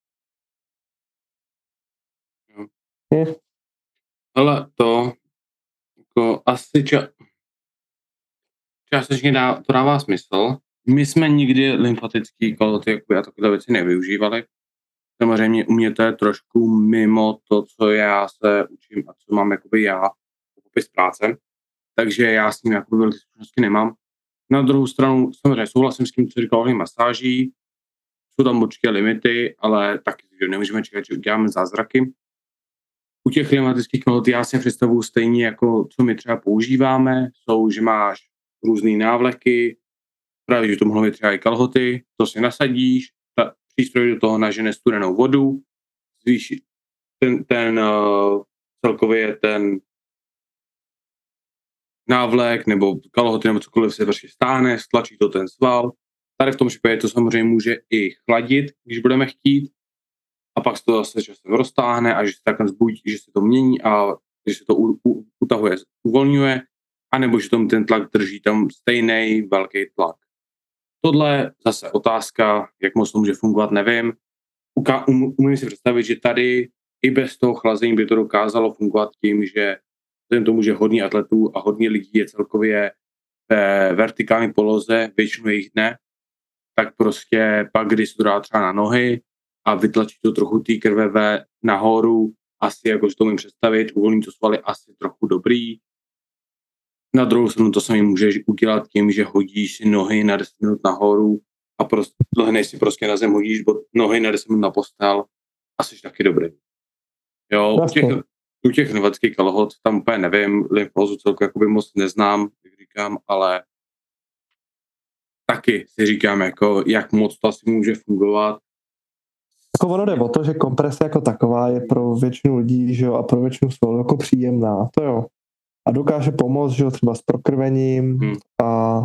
je. Ale to jako asi ča, částečně dá, to dává smysl. My jsme nikdy lymfatický kalhoty jako a takové věci nevyužívali. Samozřejmě u mě to je trošku mimo to, co já se učím a co mám jakoby já popis práce. Takže já s ním jakoby velké zkušenosti nemám. Na druhou stranu samozřejmě souhlasím s tím, co říkal ohledně masáží. Jsou tam určitě limity, ale taky že nemůžeme čekat, že uděláme zázraky. U těch klimatických kalhot já si představuji stejně jako co my třeba používáme, jsou, že máš různé návleky, právě, že to mohlo být třeba i kalhoty, to si nasadíš, ta, přístroj do toho nažene studenou vodu, zvýší ten, ten uh, celkově ten návlek nebo kalhoty nebo cokoliv se prostě stáhne, stlačí to ten sval. Tady v tom případě to samozřejmě může i chladit, když budeme chtít, a pak se to zase časem roztáhne a že se takhle zbuď, že se to mění a že se to u, u, utahuje, uvolňuje, anebo že tam ten tlak drží tam stejný velký tlak. Tohle zase otázka, jak moc to může fungovat, nevím. Uka, um, umím si představit, že tady i bez toho chlazení by to dokázalo fungovat tím, že vzhledem tomu, že hodně atletů a hodně lidí je celkově ve vertikální poloze většinu jejich dne, tak prostě pak, když se to dá třeba na nohy a vytlačí to trochu té krve ve nahoru, asi jako si to umím představit, uvolní to svaly asi trochu dobrý. Na druhou stranu to sami můžeš udělat tím, že hodíš si nohy na deset minut nahoru a prostě lehneš si prostě na zem, hodíš nohy na deset minut na postel a jsi taky dobrý. Jo, u těch, u těch lymfatických kalhot tam úplně nevím, lymfózu celku jakoby moc neznám, jak říkám, ale taky si říkám, jako, jak moc to asi může fungovat. Jako ono jde o to, že komprese jako taková je pro většinu lidí, že jo, a pro většinu svalů jako příjemná, to jo. A dokáže pomoct, že jo, třeba s prokrvením hmm. a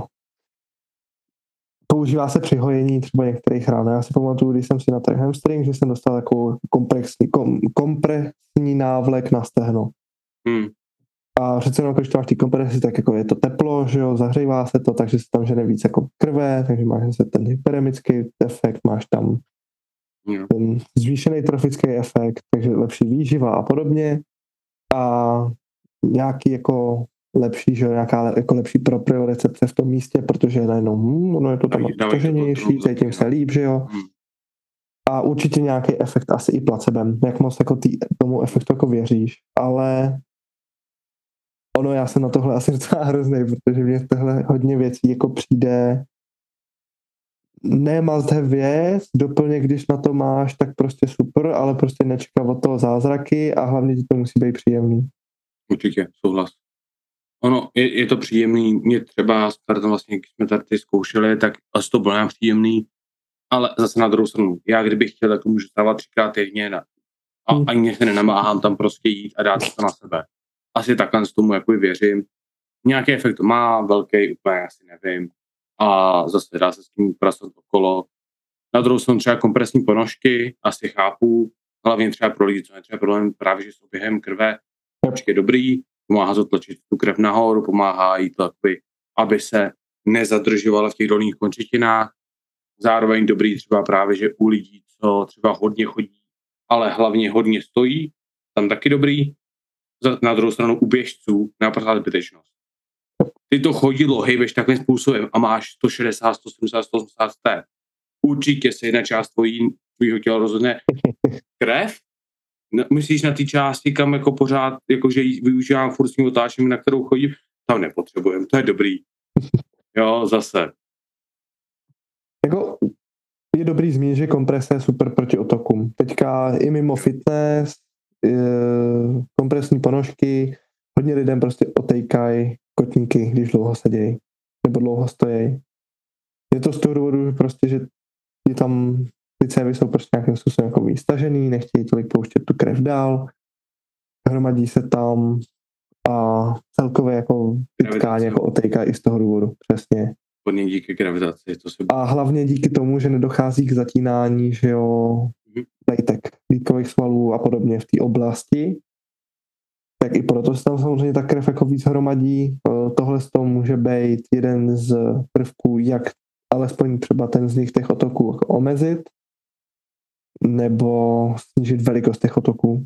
používá se při hojení třeba některých rán. Já si pamatuju, když jsem si na ten hamstring, že jsem dostal takovou kompresní, kom, kompresní návlek na stehno. Hmm. A přece jenom, když to máš ty kompresi, tak jako je to teplo, že jo, zahřívá se to, takže se tam žene víc jako krve, takže máš se ten hyperemický efekt, máš tam Jo. ten zvýšený trofický efekt, takže lepší výživa a podobně. A nějaký jako lepší, že nějaká jako lepší propriorecepce v tom místě, protože najednou hm, ono je to tam staženější, cítím se líp, že jo. Hmm. A určitě nějaký efekt asi i placebem, jak moc jako tý, tomu efektu jako věříš, ale ono, já jsem na tohle asi docela hrozný, protože mě tohle hodně věcí jako přijde ne must have věc, doplně, když na to máš, tak prostě super, ale prostě nečeká od toho zázraky a hlavně ti to musí být příjemný. Určitě, souhlas. Ono, je, je to příjemný, mě třeba, tam vlastně, když jsme tady zkoušeli, tak asi to bylo nám příjemný, ale zase na druhou stranu, já kdybych chtěl, tak to můžu stávat třikrát týdně a hmm. ani se nenamáhám tam prostě jít a dát to na sebe. Asi takhle z tomu jako věřím. Nějaký efekt to má, velký úplně asi nevím. A zase dá se s tím pracovat okolo. Na druhou stranu třeba kompresní ponožky, asi chápu, hlavně třeba pro lidi, co je třeba problém právě, že s oběhem krve je dobrý, pomáhá zatlačit tu krev nahoru, pomáhá jí to, aby se nezadržovala v těch dolních končetinách. Zároveň dobrý třeba právě, že u lidí, co třeba hodně chodí, ale hlavně hodně stojí, tam taky dobrý. Na druhou stranu u běžců naprosto zbytečnost. Ty to chodidlo hejbeš takovým způsobem a máš sto šedesát, sto sedmdesát, sto osmdesát step. Určitě se jedna část tvojí, tvýho těla rozhodne krev. No, myslíš na ty části, kam jako pořád, jakože využívám furt s tím otáčím, na kterou chodím, tam nepotřebujeme, to je dobrý. Jo, zase. Jako je dobrý zmínit, že komprese je super proti otokům. Teďka i mimo fitness, kompresní ponožky, hodně lidem prostě otejkají kotníky, když dlouho sedějí, nebo dlouho stojí. Je to z toho důvodu, že prostě, že je tam ty cévy jsou prostě nějakým způsobem jako vystažený, nechtějí tolik pouštět tu krev dál, hromadí se tam a celkově jako tkáně jako otejkají i z toho důvodu, přesně. Hodně díky gravitaci. To se... A hlavně díky tomu, že nedochází k zatínání, že jo, plejtek, lítkových svalů a podobně v té oblasti, tak i proto se tam samozřejmě ta krev jako víc hromadí. Tohle z toho může být jeden z prvků, jak alespoň třeba ten z nich těch otoků jako omezit, nebo snížit velikost těch otoků.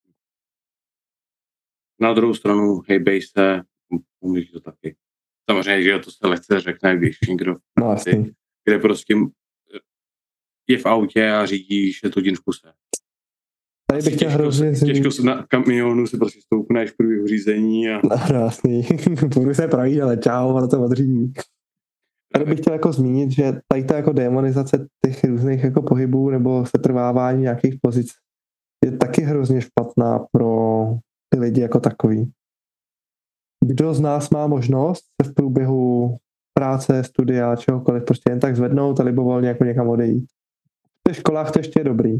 Na druhou stranu, hejbej se, umíš to taky. Samozřejmě, že to se lehce řekne, když někdo, no, ty, kde prostě je v autě a řídí šest hodin v kuse. Tady bych chtěl hrozně... Těžko se na kamionu si prostě stoupneš v průběhu řízení a... No, jasný. Budu se pravý, ale čau, ale to odřídí. Tady bych chtěl jako zmínit, že tady ta jako demonizace těch různých jako pohybů nebo setrvávání nějakých pozic je taky hrozně špatná pro ty lidi jako takový. Kdo z nás má možnost se v průběhu práce, studia, čehokoliv prostě jen tak zvednout a libovolně jako někam odejít. V těch školách to ještě je dobrý.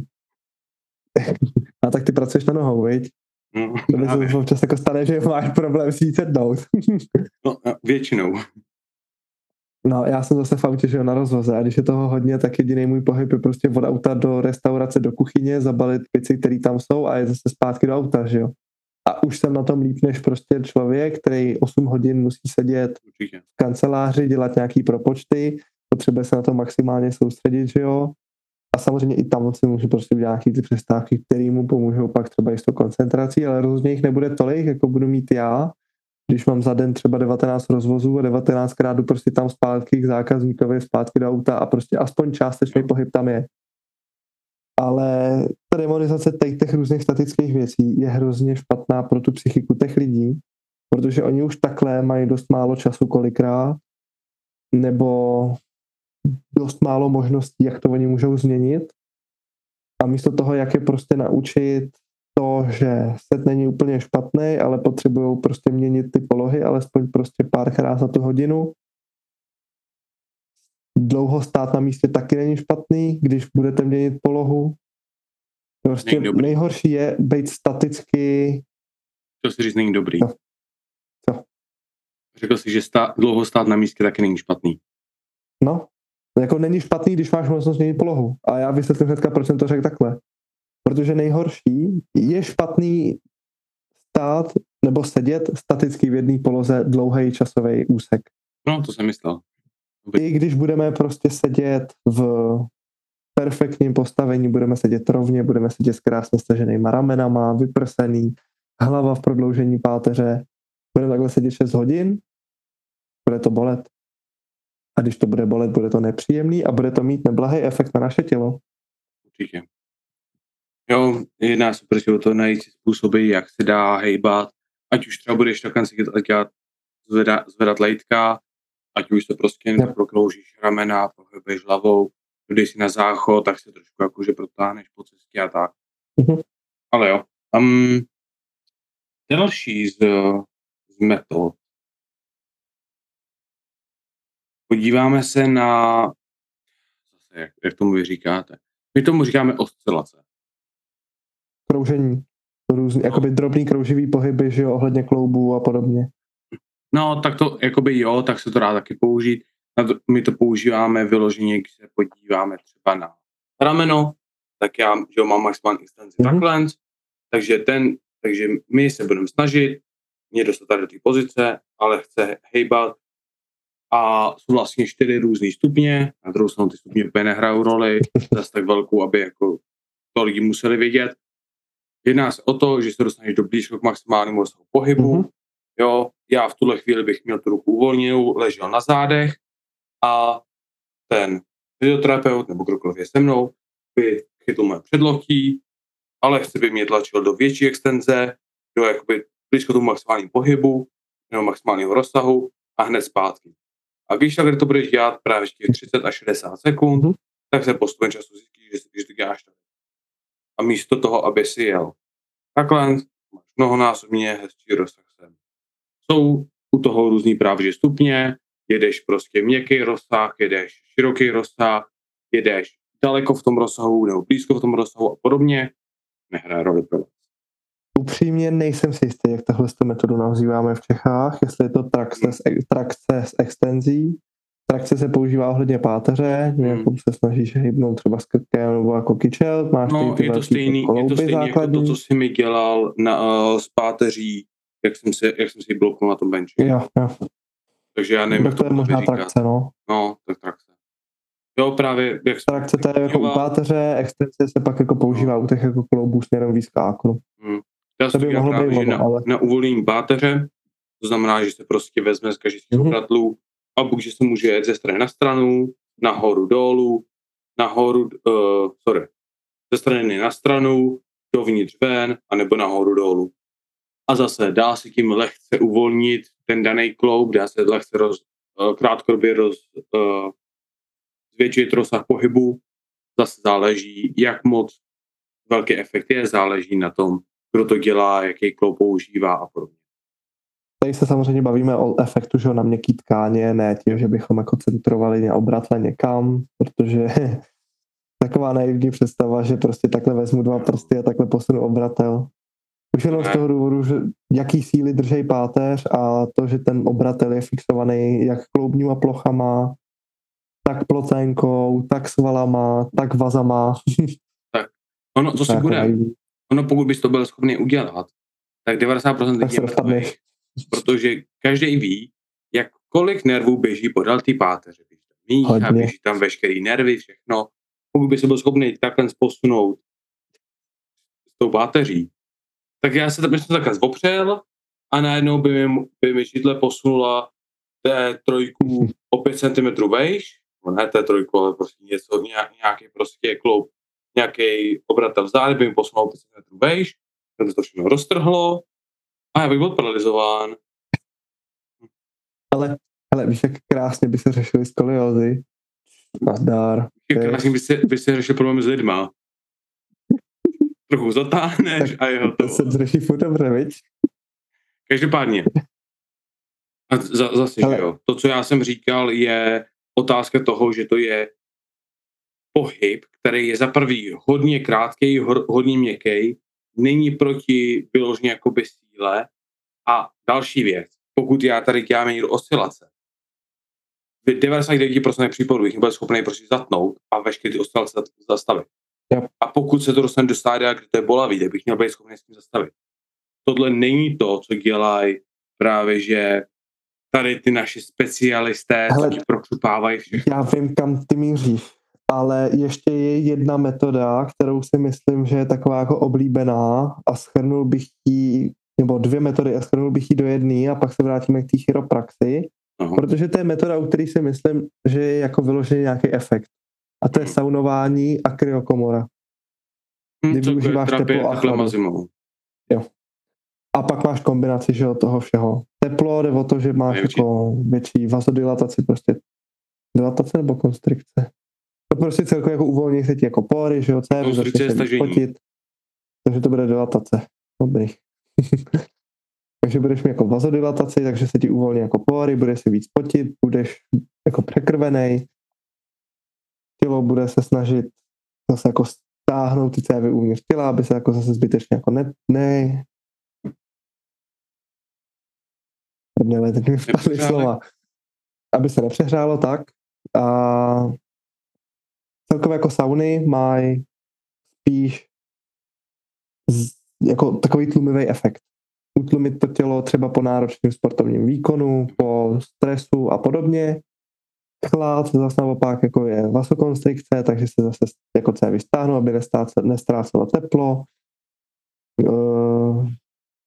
A tak ty pracuješ na nohou, viď? No, to by se občas jako stane, že máš problém s jí sednout. No, většinou. No, já jsem zase v autě, že jo, na rozvoze a když je toho hodně, tak jediný můj pohyb je prostě od auta do restaurace, do kuchyně, zabalit věci, které tam jsou a je zase zpátky do auta, že jo. A už jsem na tom líp než prostě člověk, který osm hodin musí sedět Určitě. v kanceláři, dělat nějaký propočty, potřebuje se na to maximálně soustředit, že jo. A samozřejmě i tam si můžu prostě udělat nějaký ty přestávky, které mu pomůžou pak třeba i s tou koncentrací, ale rozhodně jich nebude tolik, jako budu mít já, když mám za den třeba devatenáct rozvozů a devatenáctkrát jdu prostě tam zpátky k zákazníkovi, zpátky do auta a prostě aspoň částečný pohyb tam je. Ale ta demonizace těch různých statických věcí je hrozně špatná pro tu psychiku těch lidí, protože oni už takhle mají dost málo času kolikrát, nebo dost málo možností, jak to oni můžou změnit. A místo toho, jak je prostě naučit to, že set není úplně špatný, ale potřebují prostě měnit ty polohy, alespoň prostě párkrát za tu hodinu. Dlouho stát na místě taky není špatný, když budete měnit polohu. Prostě nejhorší je být staticky... To si říct není dobrý. Co? Co? Řekl si, že stá, dlouho stát na místě taky není špatný. No, jako není špatný, když máš možnost měnit polohu. A já vysvětlím hnedka, proč jsem to řekl takhle. Protože nejhorší je špatný stát nebo sedět staticky v jedné poloze dlouhý časový úsek. No, to jsem myslel. I když budeme prostě sedět v perfektním postavení, budeme sedět rovně, budeme sedět s krásně staženýma ramenama, vyprsený, hlava v prodloužení páteře, budeme takhle sedět šest hodin, bude to bolet. A když to bude bolet, bude to nepříjemný a bude to mít neblahý efekt na naše tělo. Určitě. Jo, jedná se prostě o to najít si způsoby, jak se dá hejbat, ať už třeba budeš takhle sedět a dělat, zvedat, zvedat lejtka, ať už se prostě Yep. Proklou,žíš ramena, pohybuješ hlavou, když si na záchod, tak se trošku jakože protáhneš po cestě a tak. Mhm. Ale jo. Um, další z, z metod. Podíváme se na, zase, jak, jak tomu vy říkáte. My tomu říkáme oscilace. Kroužení. Různý, No. jakoby drobný krouživý pohyby, že jo, ohledně kloubů a podobně. No, tak to, jakoby jo, tak se to dá taky použít. Na to, my to používáme vyloženě, když se podíváme třeba na rameno, tak já, že jo, mám maximální extenzi Mhm. takhle, takže ten, takže my se budeme snažit mě dostat tady do té pozice, ale chce hejbat a jsou vlastně čtyři různý stupně, na druhou stranu ty stupně úplně nehrajou roli, zase tak velkou, aby jako to lidi museli vědět. Jedná se o to, že se dostaneš do blížko k maximálnímu rozsahu pohybu. Mhm. Jo, já v tuhle chvíli bych měl tu ruku uvolněnou, ležel na zádech a ten fyzioterapeut nebo kdokoliv je se mnou by chytl moje předloktí, ale chce by mě tlačil do větší extenze, do jakoby blízko tomu maximálnímu pohybu nebo maximálního rozsahu a hned zpátky. A když takhle to budeš dělat právě těch třicet až šedesát sekund, Mhm. tak se postupem času zjistí, že, že to děláš tak. A místo toho, aby si jel takhle, máš mnohonásobně hezčí rozsah sem. Jsou u toho různý právě stupně, jedeš prostě měkký rozsah, jedeš široký rozsah, jedeš daleko v tom rozsahu nebo blízko v tom rozsahu a podobně. Nehraje roli pro vás. Upřímně nejsem si jistý, jak tahle metodu nazýváme v Čechách, jestli je to trakce s, trakce s extenzí. Trakce se používá ohledně páteře, Hmm. jako se snažíš hejbnout třeba s krkem nebo jako kyčel, máš No, ty je to velký stejný, je to klouby stejný jako základní. to, co jsi mi dělal na, uh, s páteří, jak jsem si, jak jsem si bloknul na tom benči. Jo, jo. Takže já nevím, Tak to je možná trakce, no. No, to je trakce. Jo, právě, jak Trakce to je jako u páteře, extenze se pak jako používá No. u těch jako kloubů směrem víc k áknu. Hmm. Já To by mohlo právě, být že ono, na, ale... na uvolnění páteře, to znamená, že se prostě vezme z každých Mhm. obratlů a buď, že se může jet ze strany na stranu, nahoru dolů, nahoru, uh, sorry, ze strany na stranu, dovnitř ven, anebo nahoru dolů. A zase dá se tím lehce uvolnit ten daný kloub, dá se lehce roz, uh, krátkodobě roz, uh, zvětšit rozsah pohybu. Zase záleží, jak moc velký efekt je, záleží na tom, kdo to dělá, jaký kloub používá a podobně. Tady se samozřejmě bavíme o efektu, že na měkký tkáně, ne tím, že bychom jako centrovali obratle někam, protože taková naivní představa, že prostě takhle vezmu dva prsty a takhle posunu obratel. Už jenom z toho důvodu, že jaký síly držej páteř a to, že ten obratel je fixovaný jak kloubníma plochama, tak ploténkou, tak svalama, tak vazama. Tak, ono, co si jako bude, naivní. ono pokud bys to byl schopný udělat, tak devadesát procent Tak lidí se je rozpadneš. mrtvých, protože každý ví, jak kolik nervů běží podél té páteře. Běží tam mícha, Hodně. běží tam veškerý nervy, všechno. Pokud by se byl schopný takhle posunout s tou páteří, tak já se tam jsem takhle zopřel a najednou by mi, by mi židle posunula té trojku o pět centimetrů vejš, no ne té trojku, ale prostě něco, nějaký prostě kloub, nějaký obratel vzadu by mi posunul o pět centimetrů vejš, by to všechno roztrhlo a já bych byl paralizován. Ale, ale víš, jak krásně by se řešili skoliózy. Nazdár. Jak krásně by se, by se řešil problém s lidma. Trochu zatáhneš a je To hotovo. se řeší furt dobře, viď? Každopádně. A za, zase, Ale- že jo. To, co já jsem říkal, je otázka toho, že to je pohyb, který je za prvý hodně krátký, ho- hodně měkký, není proti vyloženě jakoby síle. A další věc, pokud já tady dělám někdo oscilace, v devadesát devět procent případů bych nebyl schopný prostě zatnout a veškeré ty oscilace zastavit. Yep. A pokud se to dostane do stádia, kde to je bolavý, tak bych měl být schopný s tím zastavit. tohle není to, co dělají právě, že tady ty naši specialisté, Hele, co ti prokřupávají všechno. Já vím, kam ty míříš, ale ještě je jedna metoda, kterou si myslím, že je taková jako oblíbená a shrnul bych ji, nebo dvě metody a shrnul bych ji do jedné a pak se vrátíme k té chiropraxi, Aha. protože to je metoda, u který si myslím, že je jako vyložený nějaký efekt. A to je saunování a kryokomora. Hm, co je terapie teplem a zimou. Jo. A pak máš kombinaci, že, toho všeho. Teplo jde o to, že máš Největší. jako větší vasodilataci, prostě dilatace nebo konstrikce. To prostě celkově jako uvolní se ti jako pory, že jo, cévy, začneš se víc potit. Takže to bude dilatace. Dobrý. Takže budeš mít jako vasodilataci, takže se ti uvolní jako pory, budeš se víc potit, budeš jako překrvenej. Tělo bude se snažit zase jako stáhnout ty cévy uvnitř těla, aby se jako zase zbytečně jako ne... ne Měli, tak mi vpadly slova. Aby se nepřehřálo, tak. A celkově jako sauny mají spíš z, jako takový tlumivý efekt. Utlumit to tělo třeba po náročném sportovním výkonu, po stresu a podobně. Chlad zase naopak jako je vasokonstrikce, takže se zase jako cévy stáhnou, aby nestrácelo teplo. Uh,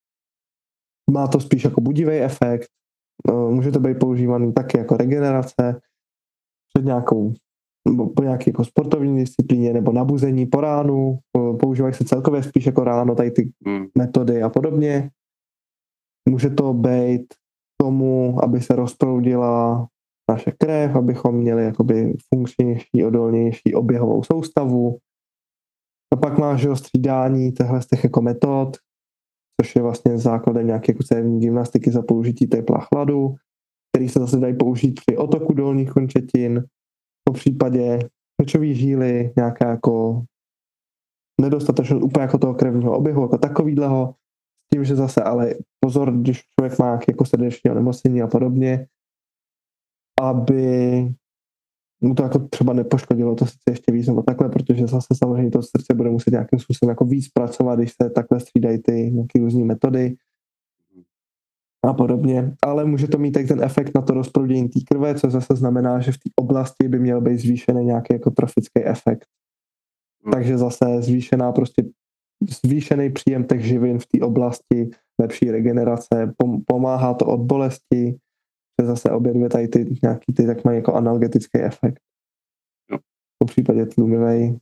má to spíš jako budivý efekt. Uh, může to být používaný taky jako regenerace před nějakou nebo po nějaké jako sportovní disciplíně nebo nabuzení po ránu. Používají se celkově spíš jako ráno tady ty hmm. metody a podobně. Může to být tomu, aby se rozproudila naše krev, abychom měli jakoby funkčnější, odolnější oběhovou soustavu. A pak máš střídání těchto z těch jako metod, což je vlastně základem nějaké jako cévní gymnastiky za použití tepla chladu, který se zase dají použít při otoku dolních končetin, po případě pečový žíly, nějaká jako nedostatečnost úplně jako toho krevního oběhu, jako takovýhleho, s tím, že zase ale pozor, když člověk má jako srdeční onemocnění a podobně, aby mu to jako třeba nepoškodilo to srdce ještě víc nebo takhle, protože zase samozřejmě to srdce bude muset nějakým způsobem jako víc pracovat, když se takhle střídají ty nějaké různé metody a podobně, ale může to mít tak ten efekt na to rozproudění té krve, co zase znamená, že v té oblasti by měl být zvýšený nějaký jako trofický efekt. Hmm. Takže zase zvýšená prostě zvýšený příjem těch živin v té oblasti, lepší regenerace, pomáhá to od bolesti, že zase obě dvě tady ty nějaký ty tak mají jako analgetický efekt. No. Po případě tlumivej.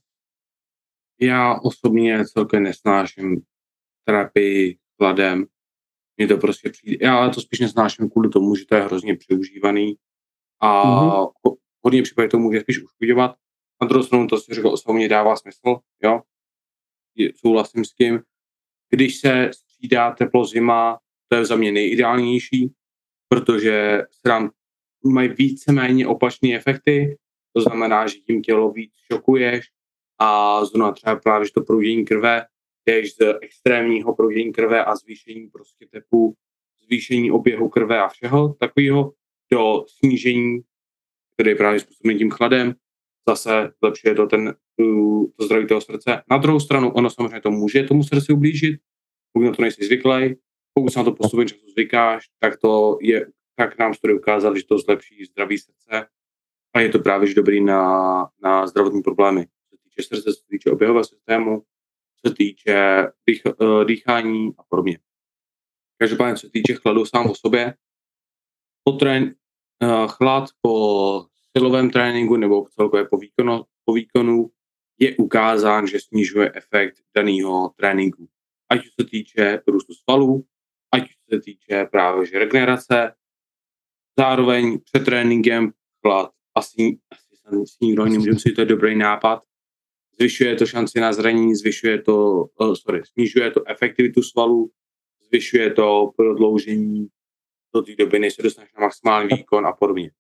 Já osobně celkem nesnáším terapii chladem. Mně to prostě přijde, já to spíš nesnáším kvůli tomu, že to je hrozně přeužívaný a mm-hmm. hodně případě to může spíš uškodňovat. Na druhou stranu to si řekl, osobně dává smysl, jo. Souhlasím s tím. Když se střídá teplo zima, to je za mě nejideálnější, protože se nám mají víceméně opačné efekty, to znamená, že tím tělo víc šokuješ a zrovna třeba právě že to proudění krve, jdeš z extrémního proudění krve a zvýšení prostě tepu, zvýšení oběhu krve a všeho takového do snížení, které je právě způsobený tím chladem, zase zlepšuje to ten to zdraví toho srdce. Na druhou stranu, ono samozřejmě to může tomu srdci ublížit, pokud na to nejsi zvyklý, pokud se na to postupem času zvykáš, tak to je, tak nám studie ukázali, že to zlepší zdraví srdce a je to právě že dobrý na, na zdravotní problémy. Co se týče srdce, co se týče oběhového systému, co se týče dých, dýchání a podobně. Každopádně, co se týče chladu sám o sobě, po trén, chlad po silovém tréninku nebo celkově po výkonu, po výkonu je ukázán, že snižuje efekt daného tréninku. Ať se týče růstu svalů, ať se týče právě že regenerace, zároveň před tréninkem chlad asi, asi s nikdo nemůžu si, to je dobrý nápad, zvyšuje to šanci na zranění, zvyšuje to, oh, sorry, snižuje to efektivitu svalů, zvyšuje to prodloužení do té doby, než se dostaneš na maximální výkon a podobně.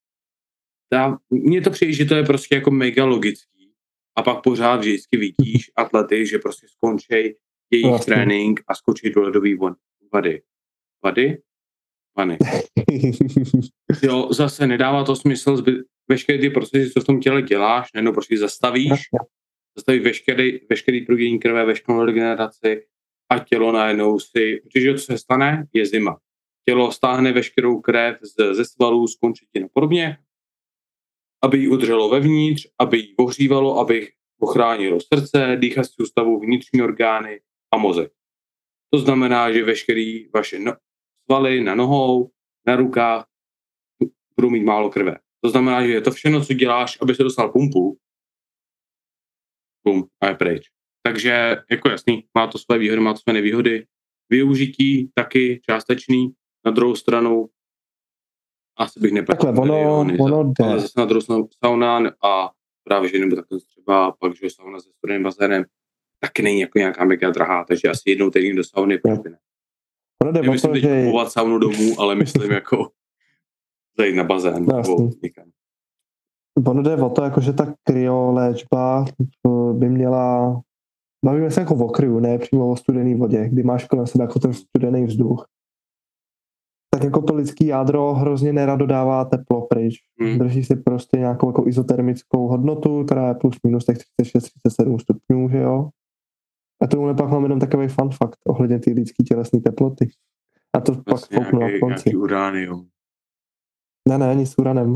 Mně to přijde, že to je prostě jako mega logický a pak pořád vždycky vidíš atlety, že prostě skončí jejich vlastně. Trénink a skočí do ledové vody. Vady? Vany. Jo, zase nedává to smysl, zby, veškeré ty procesy, co v tom těle děláš, nejenom prostě zastavíš, zastavíš veškerý, veškerý proudění krve, veškerou regeneraci a tělo najednou si, protože co se stane, je zima. Tělo stáhne veškerou krev z, ze svalů, z končetin a podobně, aby ji udrželo vevnitř, aby ji ohřívalo, aby ochránilo srdce, dýchací soustavu, vnitřní orgány a mozek. To znamená, že veškerý vaše no, svaly na nohou, na rukách budou mít málo krve. To znamená, že je to všechno, co děláš, aby se dostal pumpu, pum, a je pryč. Takže, jako jasný, má to své výhody, má to své nevýhody. Využití taky částečný, na druhou stranu asi bych neplatil Takhle, ono, ono jde. Ale zase na druhou stranu sauna a právě, že nebo takhle třeba pak, že sauna se studeným bazénem taky není jako nějaká mega drahá, takže asi jednou týdně do sauny, proč by ne. Ono jde Nemyslím o to, teď že... kupovat saunu domů, ale myslím jako zajít na bazén. No, nebo někam. Ono jde o to, jako, že ta kryoléčba by měla, bavíme se jako o kryu, ne přímo o studený vodě, kdy máš kolem sebe jako ten studený vzduch. Tak jako to lidský jádro hrozně nerado dává teplo pryč. Hmm. Drží si prostě nějakou jako izotermickou hodnotu, která je plus minus tak třicet šest třicet sedm stupňů, že jo. A tomu pak mám jenom takový fun fact ohledně ty lidský tělesné teploty. A to vlastně pak fouknu na konci. Nějaký uránium. Ne, ne, ani s uranem.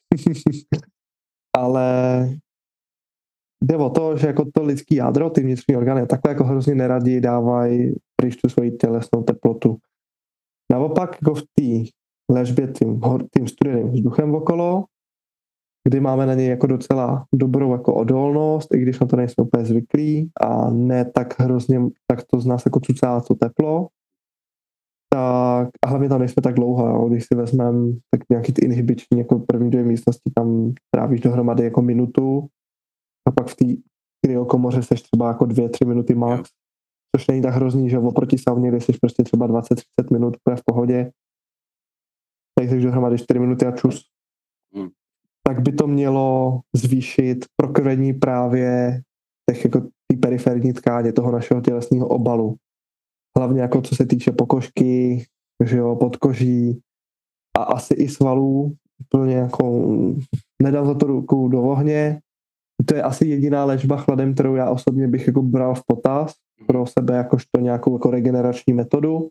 Ale jde o to, že jako to lidský jádro, ty vnitřní orgány, takhle jako hrozně neradi dávají pryč tu svoji tělesnou teplotu. Naopak jako v té léčbě tím, tím studeným vzduchem okolo, kdy máme na něj jako docela dobrou jako odolnost, i když na to nejsme úplně zvyklí a ne tak hrozně, tak to z nás jako cucá to teplo, tak a hlavně tam nejsme tak dlouho, jo. Když si vezmeme tak nějaký ty inhibiční jako první dvě místnosti, tam trávíš dohromady jako minutu a pak v té kryokomoře seš třeba jako dvě, tři minuty max, což není tak hrozný, že oproti sauně, kde jsi prostě třeba dvacet třicet minut, to je v pohodě, tak jsi dohromady čtyři minuty a čus. Hmm. Tak by to mělo zvýšit prokrvení právě těch jako ty periferní tkáně toho našeho tělesného obalu. Hlavně jako co se týče pokožky, že jo, podkoží a asi i svalů. Úplně jako nedám za to ruku do ohně. To je asi jediná léčba chladem, kterou já osobně bych jako bral v potaz pro sebe jakožto nějakou jako regenerační metodu.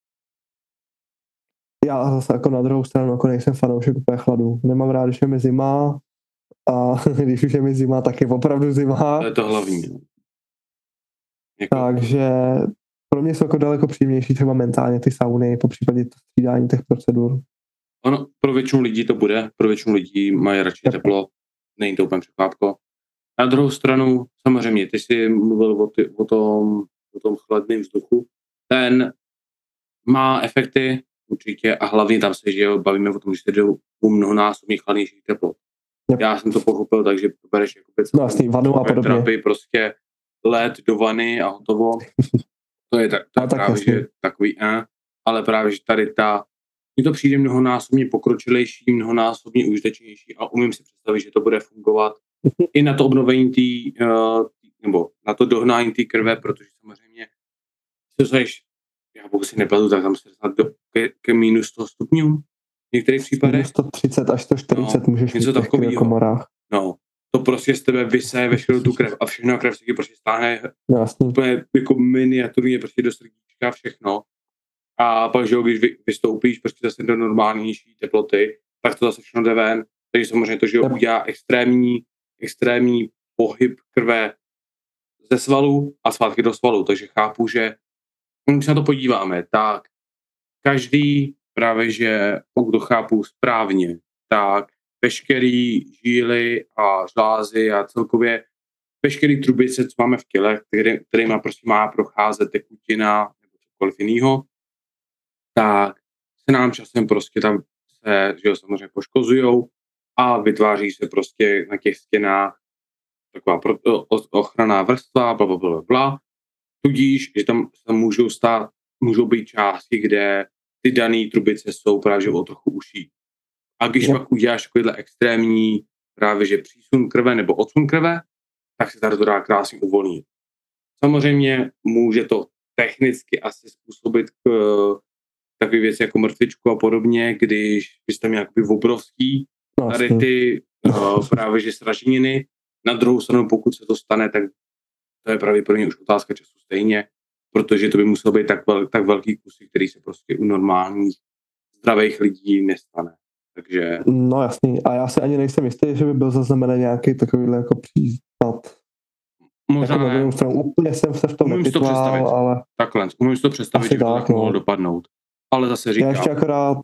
Já zase jako na druhou stranu jako nejsem fanoušek úplně chladu. Nemám rád, když je mi zima a když už je mi zima, tak je opravdu zima. To je to hlavní. Jako... Takže pro mě jsou jako daleko příjemnější třeba mentálně ty sauny, po případě to střídání těch procedur. Ono, pro většinu lidí to bude, pro většinu lidí mají radši tak. Teplo, není to úplně překvápko. Na druhou stranu, samozřejmě, ty jsi mluvil o, ty, o tom, o tom chladném vzduchu, ten má efekty určitě a hlavně tam se, že jo, bavíme o tom, že se jdou u mnohonásobných chladnějších teplot. Yep. Já jsem to pochopil, takže bereš jako pět no, vanu a podobně. Terapii, prostě let do vany a hotovo. To je, tak, to je právě, že takový eh, ale právě, že tady ta, mně to přijde mnohonásobně pokročilejší, mnohonásobně užitečnější a umím si představit, že to bude fungovat i na to obnovení tý, uh, nebo na to dohnání té krve, protože samozřejmě co seš, já pokud si nepletu, tak tam se dostat do, ke, ke minus sto stupňů v některých případech. Minus sto třicet až sto čtyřicet no, můžeš něco mít v komorách. No, to prostě z tebe vysaje veškerou tu krev a všechno krev se ti prostě stáhne Jasný. úplně jako miniaturně prostě do srdíčka všechno. A pak, že když vy, vystoupíš prostě zase do normálnější teploty, tak to zase všechno jde ven. Takže samozřejmě to, že yep. udělá extrémní, extrémní pohyb krve ze svalu a zpátky do svalu. Takže chápu, že když se na to podíváme, tak každý právě, že pokud to chápu správně, tak veškerý žíly a žlázy a celkově veškerý trubice, co máme v těle, který, kterýma prostě má procházet tekutina nebo cokoliv jinýho, tak se nám časem prostě tam se, že jo, samozřejmě poškozujou a vytváří se prostě na těch stěnách taková pro, ochranná vrstva, bla, bla, bla, bla. Tudíž, že tam, tam můžou stát, můžou být části, kde ty dané trubice jsou právě o trochu uší. A když pak uděláš takovýhle extrémní právě, že přísun krve nebo odsun krve, tak se tady to dá krásně uvolnit. Samozřejmě může to technicky asi způsobit k, takové věci jako mrtvičku a podobně, když jste tam nějaký obrovský tady ty uh, právě, že sraženiny. Na druhou stranu, pokud se to stane, tak to je pravděpodobně už otázka času stejně, protože to by muselo být tak, vel, tak velký kusy, který se prostě u normálních zdravých lidí nestane. Takže... No jasný, a já si ani nejsem jistý, že by byl zaznamenán nějaký takovýhle jako případ. Možná jako ne. Stranu, úplně jsem se v tom umím to představit. ale... Takhle, umím si to představit, že by to tak mohlo dopadnout. Ale zase říkám... Já ještě akorát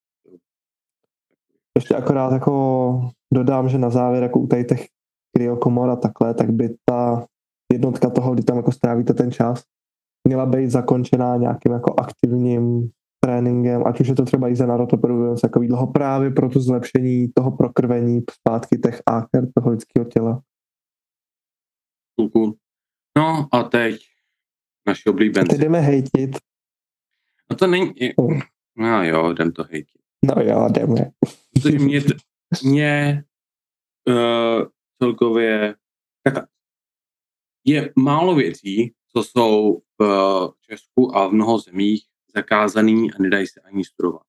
ještě akorát jako dodám, že na závěr jako u tady těch kryokomor a takhle, tak by ta jednotka toho, kdy tam jako strávíte ten čas, měla být zakončená nějakým jako aktivním tréninkem, ať už je to třeba i za narotoperu, takový dlouho právě pro to zlepšení toho prokrvení zpátky těch áker toho lidského těla. Cool. No a teď naši oblíbenci. Teď jdeme hejtit. No to není... No jo, jdem to hejtit. No jo, jdeme. Protože mě, t- mě uh, celkově... Tak, je málo věcí, co jsou v Česku a v mnoho zemích zakázaný a nedají se ani studovat.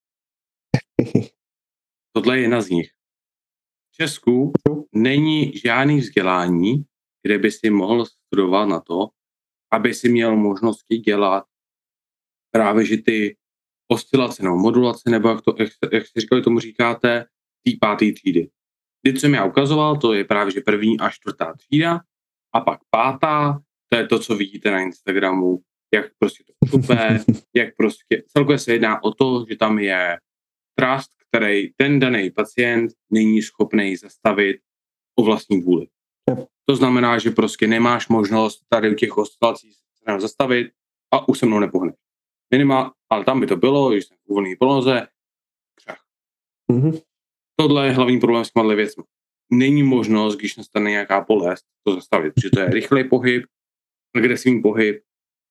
Tohle je jedna z nich. V Česku není žádný vzdělání, kde by si mohl studovat na to, aby si měl možnosti dělat právě že ty oscilace nebo modulace, nebo jak, to, jak, jak jste říkali, tomu říkáte, tý pátý třídy. Když jsem já ukazoval, to je právě že první a čtvrtá třída, a pak pátá, to je to, co vidíte na Instagramu, jak prostě to šupe, jak prostě, celkově se jedná o to, že tam je trust, který ten daný pacient není schopný zastavit o vlastní vůli. To znamená, že prostě nemáš možnost tady u těch oscilací se zastavit a už se mnou nepohneš. Minimál, ale tam by to bylo, že jsem v uvolný poloze, křach. Mm-hmm. Tohle je hlavní problém s těmhle věcmi. Není možnost, když nastane nějaká bolest, to zastavit, protože to je rychlej pohyb, agresivní pohyb.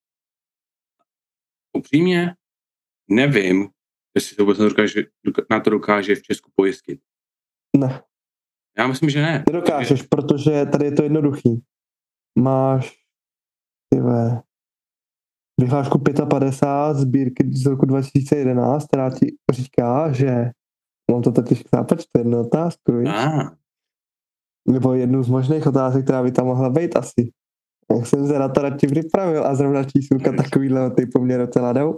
Upřímně, nevím, jestli to vůbec dokáže, na to dokáže v Česku pojistit. Ne. Já myslím, že ne. Nedokážeš, protože tady je to jednoduchý. Máš tyhle, vyhlášku padesát pět sbírky z roku dva tisíce jedenáct, která ti říká, že mám to totiž chápat, to jednu otázku, víš? Ah. Nebo jednu z možných otázek, která by tam mohla být asi. Jak jsem se na to radši připravil a zrovna číslka takovýhle typu mě docela jdou.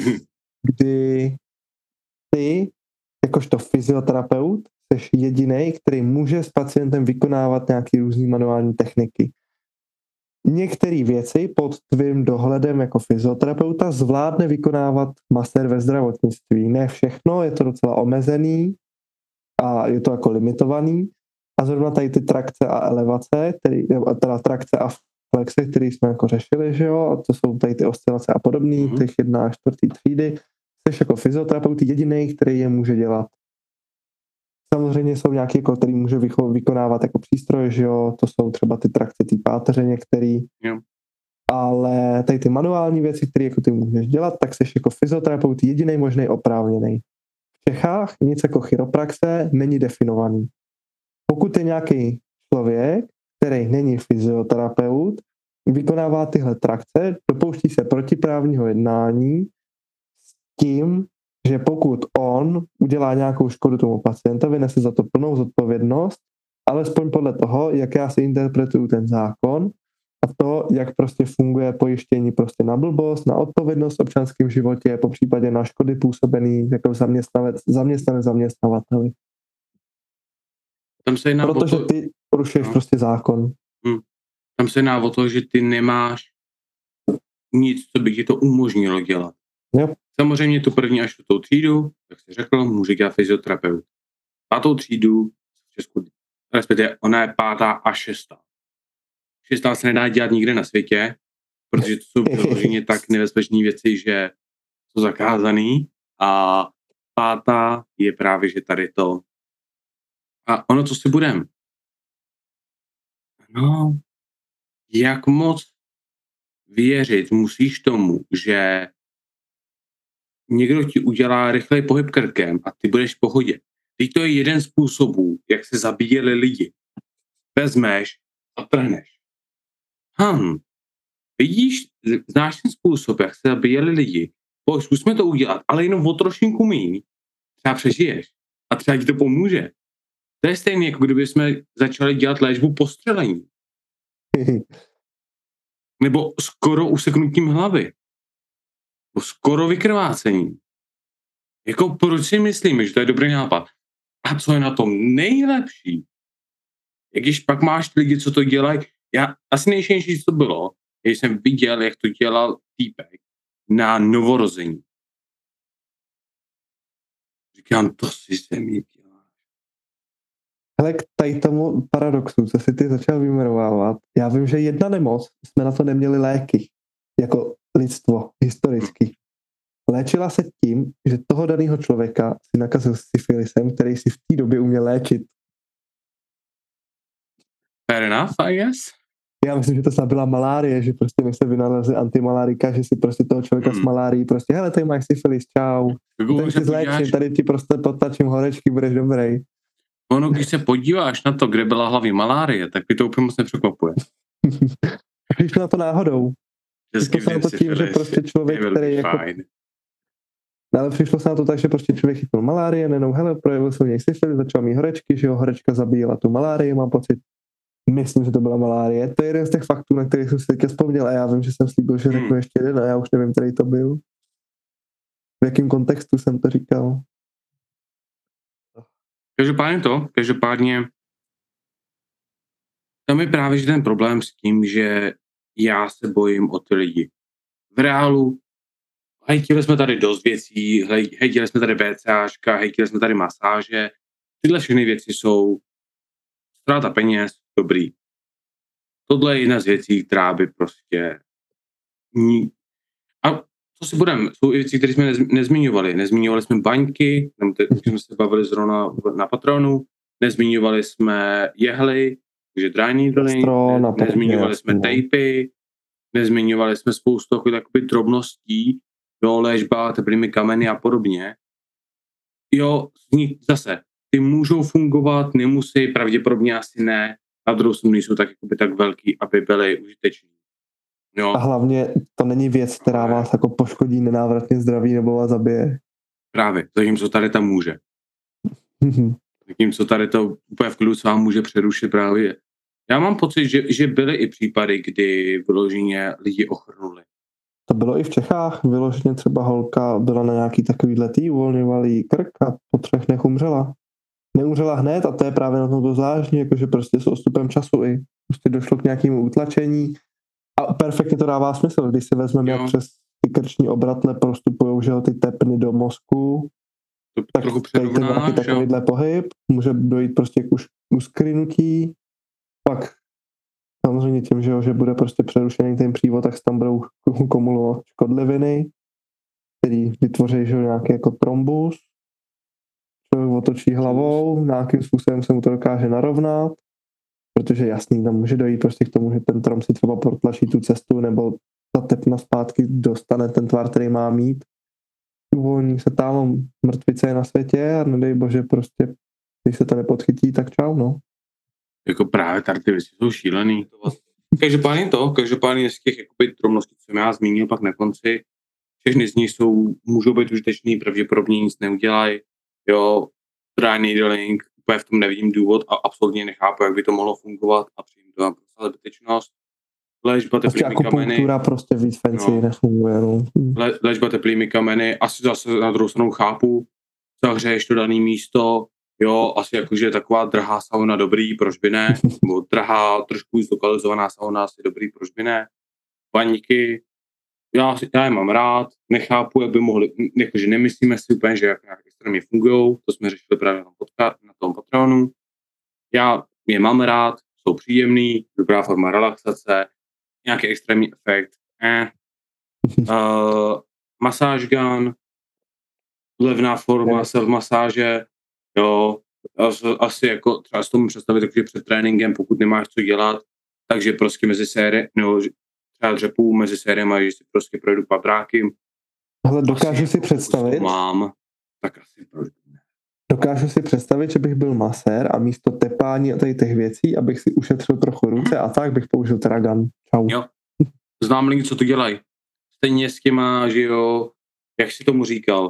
Kdy ty, jakožto fyzioterapeut, jsi jedinej, který může s pacientem vykonávat nějaký různý manuální techniky. Některé věci pod tvým dohledem jako fyzioterapeuta zvládne vykonávat masér ve zdravotnictví. Ne všechno, je to docela omezený a je to jako limitovaný. A zrovna tady ty trakce a elevace, který, teda trakce a flexe, které jsme jako řešili, že jo, a to jsou tady ty oscilace a podobný, mm-hmm. těch jedna až čtvrtý třídy, jsi jako fyzioterapeut jediný, který je může dělat. Samozřejmě jsou nějaké, jako, který může vykonávat jako přístroje, že jo, to jsou třeba ty trakce, ty páteře některý, yeah. Ale tady ty manuální věci, které jako ty můžeš dělat, tak jsi jako fyzioterapeut jediný možný oprávněný. V Čechách nic jako chiropraxe není definovaný. Pokud je nějaký člověk, který není fyzioterapeut, vykonává tyhle trakce, dopouští se protiprávního jednání s tím, že pokud on udělá nějakou škodu tomu pacientovi, nese za to plnou zodpovědnost, alespoň podle toho, jak já si interpretuju ten zákon a to, jak prostě funguje pojištění prostě na blbost, na odpovědnost v občanském životě, po případě na škody působený jako zaměstnanec, zaměstnanec zaměstnavateli. Tam se jedná Protože o to, ty porušuješ no. prostě zákon. Hmm. Tam se jedná o to, že ty nemáš nic, co by ti to umožnilo dělat. Jo. Samozřejmě tu první až čtvrtou třídu, jak jsi řekl, může dělat fyzioterapeut. Pátou třídu v Česku, respektive ona je pátá a šestá. Šestá se nedá dělat nikde na světě, protože to jsou vyloženě tak nebezpečné věci, že jsou zakázaný. A pátá je právě, že tady to. A ono, co si budem? No, jak moc věřit musíš tomu, že někdo ti udělá rychlej pohyb krkem a ty budeš v pohodě. Teď to je jeden z způsobů, jak se zabíjeli lidi. Vezmeš a trhneš. Hm, vidíš, znáš ten způsob, jak se zabíjeli lidi. Pojď, zkusme to udělat, ale jenom o trošinku míň. Třeba přežiješ a třeba ti to pomůže. To je stejné, jako kdyby jsme začali dělat léčbu postřelení. Nebo skoro useknutím hlavy. Nebo skoro vykrvácením. Jako proč si myslíme, že to je dobrý nápad? A co je na tom nejlepší? Jak když pak máš lidi, co to dělají, já asi nejštější, co bylo, když jsem viděl, jak to dělal týpek na novorození. Říkám, to si se mi dělá. Hele, k tady tomu paradoxu, co si ty začal vyjmenovávat, já vím, že jedna nemoc, jsme na to neměli léky, jako lidstvo, historicky. Léčila se tím, že toho daného člověka si nakazil syfilisem, který si v té době uměl léčit. Fair enough, I guess. Já myslím, že to snad byla malárie, že prostě než se vynalezli antimalárika, že si prostě toho člověka hmm. s malárií prostě, hele, tady máš syfilis, čau. Ten si zléčím, tady ti prostě podtačím horečky, budeš dobrý. Ono, když se podíváš na to, kde byla hlavní malárie, tak mi to úplně moc nepřekvapuje. Přišlo na to náhodou. Přišlo se na to tím, že prostě člověk, který jako... No, ale přišlo se na to tak, že prostě člověk chytnul malárie, nenou, hele, projevil se u něj syfilis, začal mít horečky, že jo, horečka zabíjela tu malárii, mám pocit. Myslím, že to byla malárie. To je jeden z těch faktů, na kterých jsem si teďka vzpomněl a já vím, že jsem slíbil, že řeknu ještě jeden a já už nevím, který to byl. V jakém kontextu jsem to říkal. Každopádně to, každopádně tam je právě že ten problém s tím, že já se bojím o ty lidi. V reálu hejtili jsme tady dost věcí, hejtili jsme tady BCáčka, hejtili jsme tady masáže. Tyhle všechny věci jsou ztráta peněz, dobrý. Tohle je jedna z věcí, která by prostě... A co si budeme? Jsou i věci, které jsme nez, nezmiňovali. Nezmiňovali jsme baňky, když jsme se bavili zrovna na Patronu, nezmiňovali jsme jehly, takže drájný drony, ne, nezmiňovali jsme tejpy, nezmiňovali jsme spoustu takových drobností, jo, léčba teplými kameny a podobně. Jo, zase, ty můžou fungovat, nemusí, pravděpodobně asi ne, a druhou stranu nejsou tak, jakoby, tak velký, aby byly užiteční. Jo. A hlavně to není věc, která ale... vás jako poškodí nenávratně zdraví nebo vás zabije. Právě, zatímco tady to může. Zatímco tady to úplně v klidu s vám může přerušit právě. Já mám pocit, že, že byly i případy, kdy vyloženě lidi ochrnuli. To bylo i v Čechách, vyloženě třeba holka byla na nějaký takový letý, uvolňovalý krk a po třech dnech umřela. Neumřela hned a to je právě na tom to zvláštní, jakože prostě s odstupem času i prostě došlo k nějakému utlačení a perfektně to dává smysl, když si vezmeme, jak přes ty krční obratle prostupujou, že ty tepny do mozku, to tak tady ten nějaký takovýhle pohyb, může dojít prostě k už uskrynutí, pak samozřejmě tím, že, jo, že bude prostě přerušený ten přívod, tak se tam budou kumulovat škodliviny, který vytvoří že, nějaký jako trombus, člověk otočí hlavou, nějakým způsobem se mu to dokáže narovnat, protože jasný, tam může dojít prostě k tomu, že ten tromb si třeba protlačí tu cestu, nebo ta tepna zpátky dostane ten tvar, který má mít. Uvolní se tam, mrtvice je na světě a nedej bože prostě, když se to nepodchytí, tak čau, no. Jako právě tady ty věci jsou šílený. Každopádně to, každopádně z těch jakoby drobností, co jsem já zmínil pak na konci, všechny z nich jsou, můžou být užitečný, pravděpodobně nic neudělají. Jo, dry needling, úplně v tom nevidím důvod a absolutně nechápu, jak by to mohlo fungovat a přijím to prostě zbytečnost. Léčba teplými kameny. Akupunktura prostě víc fancy no. nefunguje. No. Le, léčba teplými kameny, asi zase na druhou stranu chápu, zahřeješ to dané místo, jo, asi jakože taková drahá sauna dobrý, proč by ne, nebo drahá, trošku zlokalizovaná sauna asi dobrý, proč by ne. Baníky, já, já je mám rád, nechápu, jak by mohli, jakože nemyslíme si úplně, že jak nějak extrémně fungujou, to jsme řešili právě na tom, podcast, na tom Patronu. Já je mám rád, jsou příjemný, dobrá forma relaxace, nějaký extrémní efekt, eh. Uh, masáž gun, levná forma self-masáže, jo, asi jako třeba s tomu představit, takže před tréninkem, pokud nemáš co dělat, takže prostě mezi série, no, třeba dřepů mezi sériemi, že si prostě projdu kvadráky. Ale dokážu asi si představit, mám, tak asi projdu. Dokážu si představit, že bych byl masér a místo tepání a tady těch věcí, abych si ušetřil trochu ruce a tak bych použil tragan. Čau. Jo, znám lidi, co to dělají. Stejně s těma, že jo, jak si tomu říkal?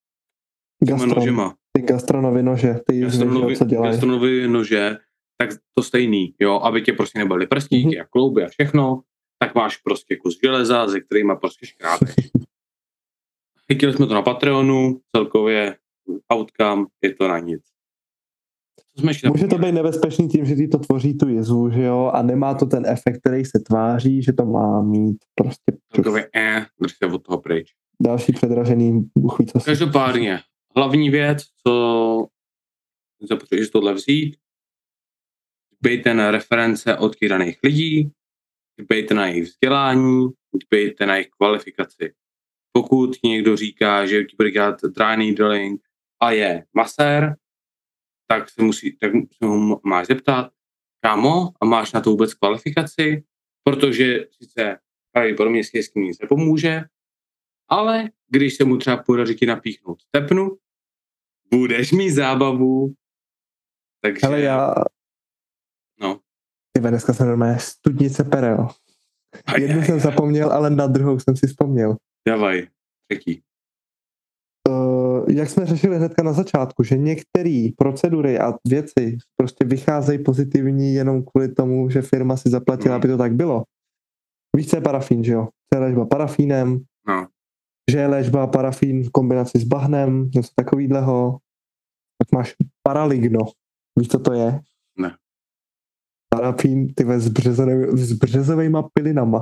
Gastron, ty gastronovy nože, ty gastronovi, co dělají. Gastronovy nože, tak to stejný, jo, aby tě prostě nebyly prstíky mm-hmm. a klouby a všechno. tak máš prostě kus železa, ze kterýma prostě škrábeš. Chytili jsme to na Patreonu, celkově outcome je to na nic. Může to být nebezpečný tím, že ti to tvoří tu jizvu, že jo, a nemá to ten efekt, který se tváří, že to má mít prostě. Celkově eh, drž se od toho pryč. Další předražený buchví, co si... Každopádně, hlavní věc, co zapotřebuješ tohle vzít, dbejte na reference od daných lidí, dbejte na jejich vzdělání, dbejte na jejich kvalifikaci. Pokud někdo říká, že ti bude dělat dry needling a je masér, tak se musí, tak se ho máš zeptat, kámo, a máš na to vůbec kvalifikaci, protože sice pravděpodobně s tím nic nepomůže, ale když se mu třeba podaří ti napíchnout stepnu, budeš mít zábavu. Takže... Ale já... No. Ty dneska jsem normálně studnice pere, jo. Jednu jsem zapomněl, ale na druhou jsem si vzpomněl. Davaj, třetí. Uh, jak jsme řešili hnedka na začátku, že některé procedury a věci prostě vycházejí pozitivní jenom kvůli tomu, že firma si zaplatila, mm. aby to tak bylo. Víš, co je parafín, že jo? To je léčba parafínem, no. že je léčba parafín v kombinaci s bahnem, něco takovýhleho. Tak máš paraligno. Víš, co to je? Ne. Parafín, ty s, březovej, s březovejma pilinama.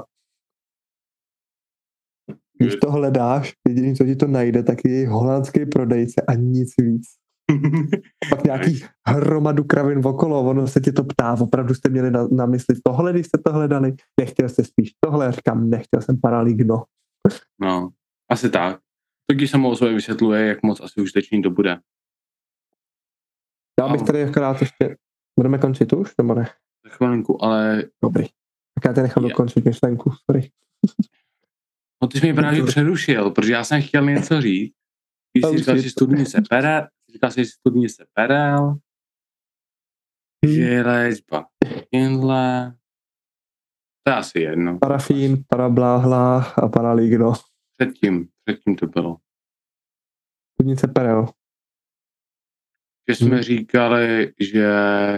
Když to hledáš, jediný, co ti to najde, tak je holandský prodejce a nic víc. Pak nějaký hromadu kravin okolo, ono se tě to ptá, opravdu jste měli na, na mysli tohle, když jste to hledali, nechtěl jste spíš tohle, říkám, nechtěl jsem paraligno. No, asi tak. To ti samo o sobě vysvětluje, jak moc asi užitečný to bude. Já bych tady akorát ještě, budeme končit už, nebo ne? Za chvilinku, ale... Dobrý. Tak já tady nechám dokončit myšlenku, sorry. No ty jsi mě právě přerušil, protože já jsem chtěl něco říct. Když jsi říkal, že studnice pere, říkal jsi, že studnice perel, hmm. že je léčba jenhle, to je asi jedno. Parafín, parabláhla a paraligno. Předtím, předtím to bylo. Studnice perel. Že jsme hmm. říkali, že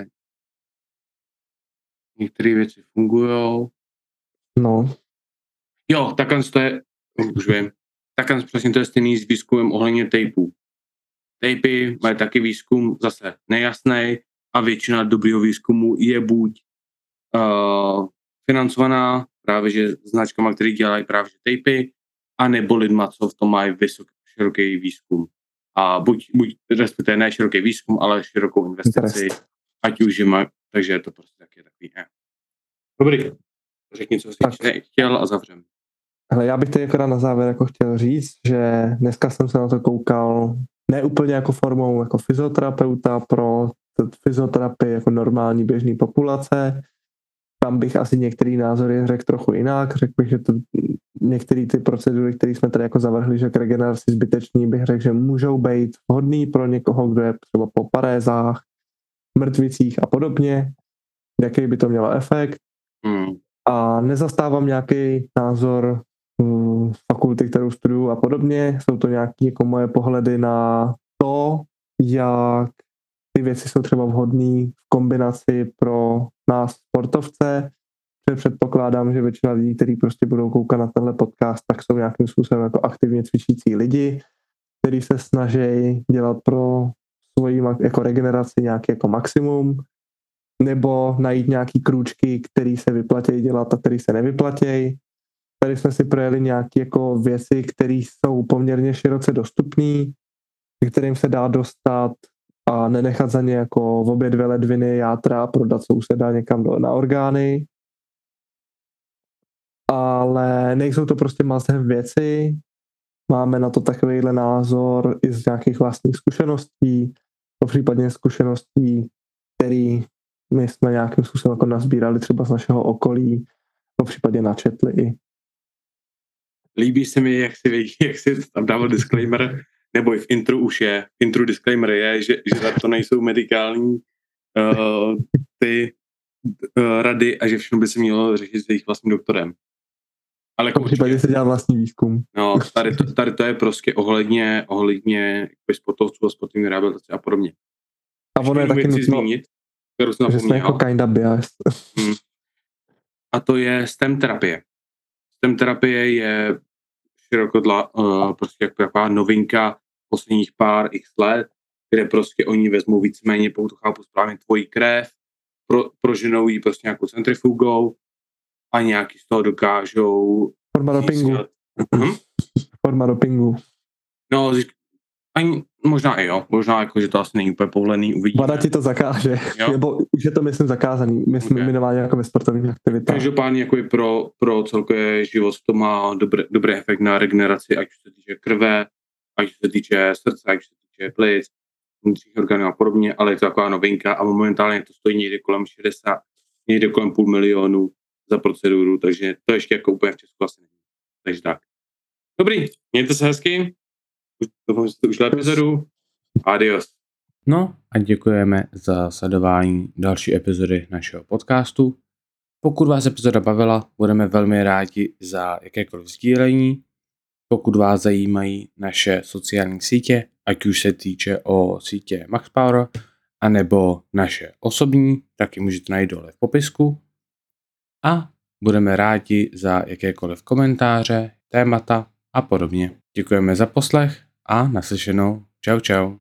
některé věci fungujou. No. Jo, takhle to je, už vím, takhle přesně to je stejný s výzkumem ohledně tejpů. Tejpy mají taky výzkum zase nejasný a většina dobrýho výzkumu je buď uh, financovaná právě že značkama, který dělají právě že tejpy, anebo lidma, co v tom mají vysoký, široký výzkum. A buď, buď respektive ne široký výzkum, ale širokou investici, Interest. Ať už je mají, takže je to prostě taky takový ne. Dobrý, řekni, co jsi tak. chtěl a zavřem. Hele, já bych tady akorát na závěr jako chtěl říct, že dneska jsem se na to koukal ne úplně jako formou jako fyzioterapeuta pro fyzioterapii jako normální běžný populace. Tam bych asi některý názory řekl trochu jinak. Řekl bych, že to některé ty procedury, které jsme tady jako zavrhli, že k regeneraci zbytečný, bych řekl, že můžou být vhodný pro někoho, kdo je třeba po parézách, mrtvicích a podobně. Jaký by to mělo efekt. Hmm. A nezastávám nějaký názor um, fakulty, kterou studuju a podobně. Jsou to nějaké jako moje pohledy na to, jak ty věci jsou třeba vhodné v kombinaci pro nás sportovce. Předpokládám, že většina lidí, kteří prostě budou koukat na tenhle podcast, tak jsou nějakým způsobem jako aktivně cvičící lidi, kteří se snaží dělat pro svoji jako regeneraci nějaký jako maximum, nebo najít nějaký krůčky, který se vyplatějí dělat a který se nevyplatějí. Tady jsme si projeli nějaké jako věci, které jsou poměrně široce dostupné, kterým se dá dostat a nenechat za ně jako v obě dvě ledviny, játra a prodat souseda někam do, na orgány. Ale nejsou to prostě must-have věci. Máme na to takovýhle názor i z nějakých vlastních zkušeností, popřípadně zkušeností, který my jsme nějakým způsobem jako nazbírali třeba z našeho okolí, popřípadně načetli. Líbí se mi, jak si, jak si tam dával disclaimer, nebo i v intru už je, v intru disclaimer je, že, že to nejsou medikální uh, ty uh, rady a že všechno by se mělo řešit s jejich vlastním doktorem. Ale v případě se dělá vlastní výzkum. No, tady to, tady to je prostě ohledně, ohledně sportovců a sportovní rehabilitace a podobně. A ono je taky nutno, zmínit, kterou jsem že jsme jako kinda biased. Hmm. A to je stem terapie. STEM terapie je širokodla, uh, prostě jako taková novinka posledních pár x let, kde prostě oni vezmou víceméně, pokud to chápu správně, tvoji krev, pro, proženou ji prostě nějakou centrifugou a nějaký z toho dokážou Forma dopingu. Hm? Forma dopingu. No, ani, možná i jo, možná jako, že to asi není úplně povolený, uvidíme. Vláda ti to zakáže, jo? Nebo už je to, myslím, zakázaný, myslím, okay. minimálně jako ve sportovních aktivitách. Každopádně jako pro, pro celkově život to má dobrý, dobrý efekt na regeneraci, ať se týče krve, ať se týče srdce, ať se týče plic, vnitřních orgánů a podobně, ale je to taková novinka a momentálně to stojí někde kolem šedesát, někde kolem půl milionu za proceduru, takže to ještě jako úplně v Česku asi není. Takže tak. Dobrý, mějte se hezky. Doufám, že jste užili epizodu. Adios. No a děkujeme za sledování další epizody našeho podcastu. Pokud vás epizoda bavila, budeme velmi rádi za jakékoliv sdílení. Pokud vás zajímají naše sociální sítě, ať už se týče o sítě MaxPower, anebo naše osobní, tak ji můžete najít dole v popisku. A budeme rádi za jakékoliv komentáře, témata a podobně. Děkujeme za poslech a naslyšenou. Čau, čau.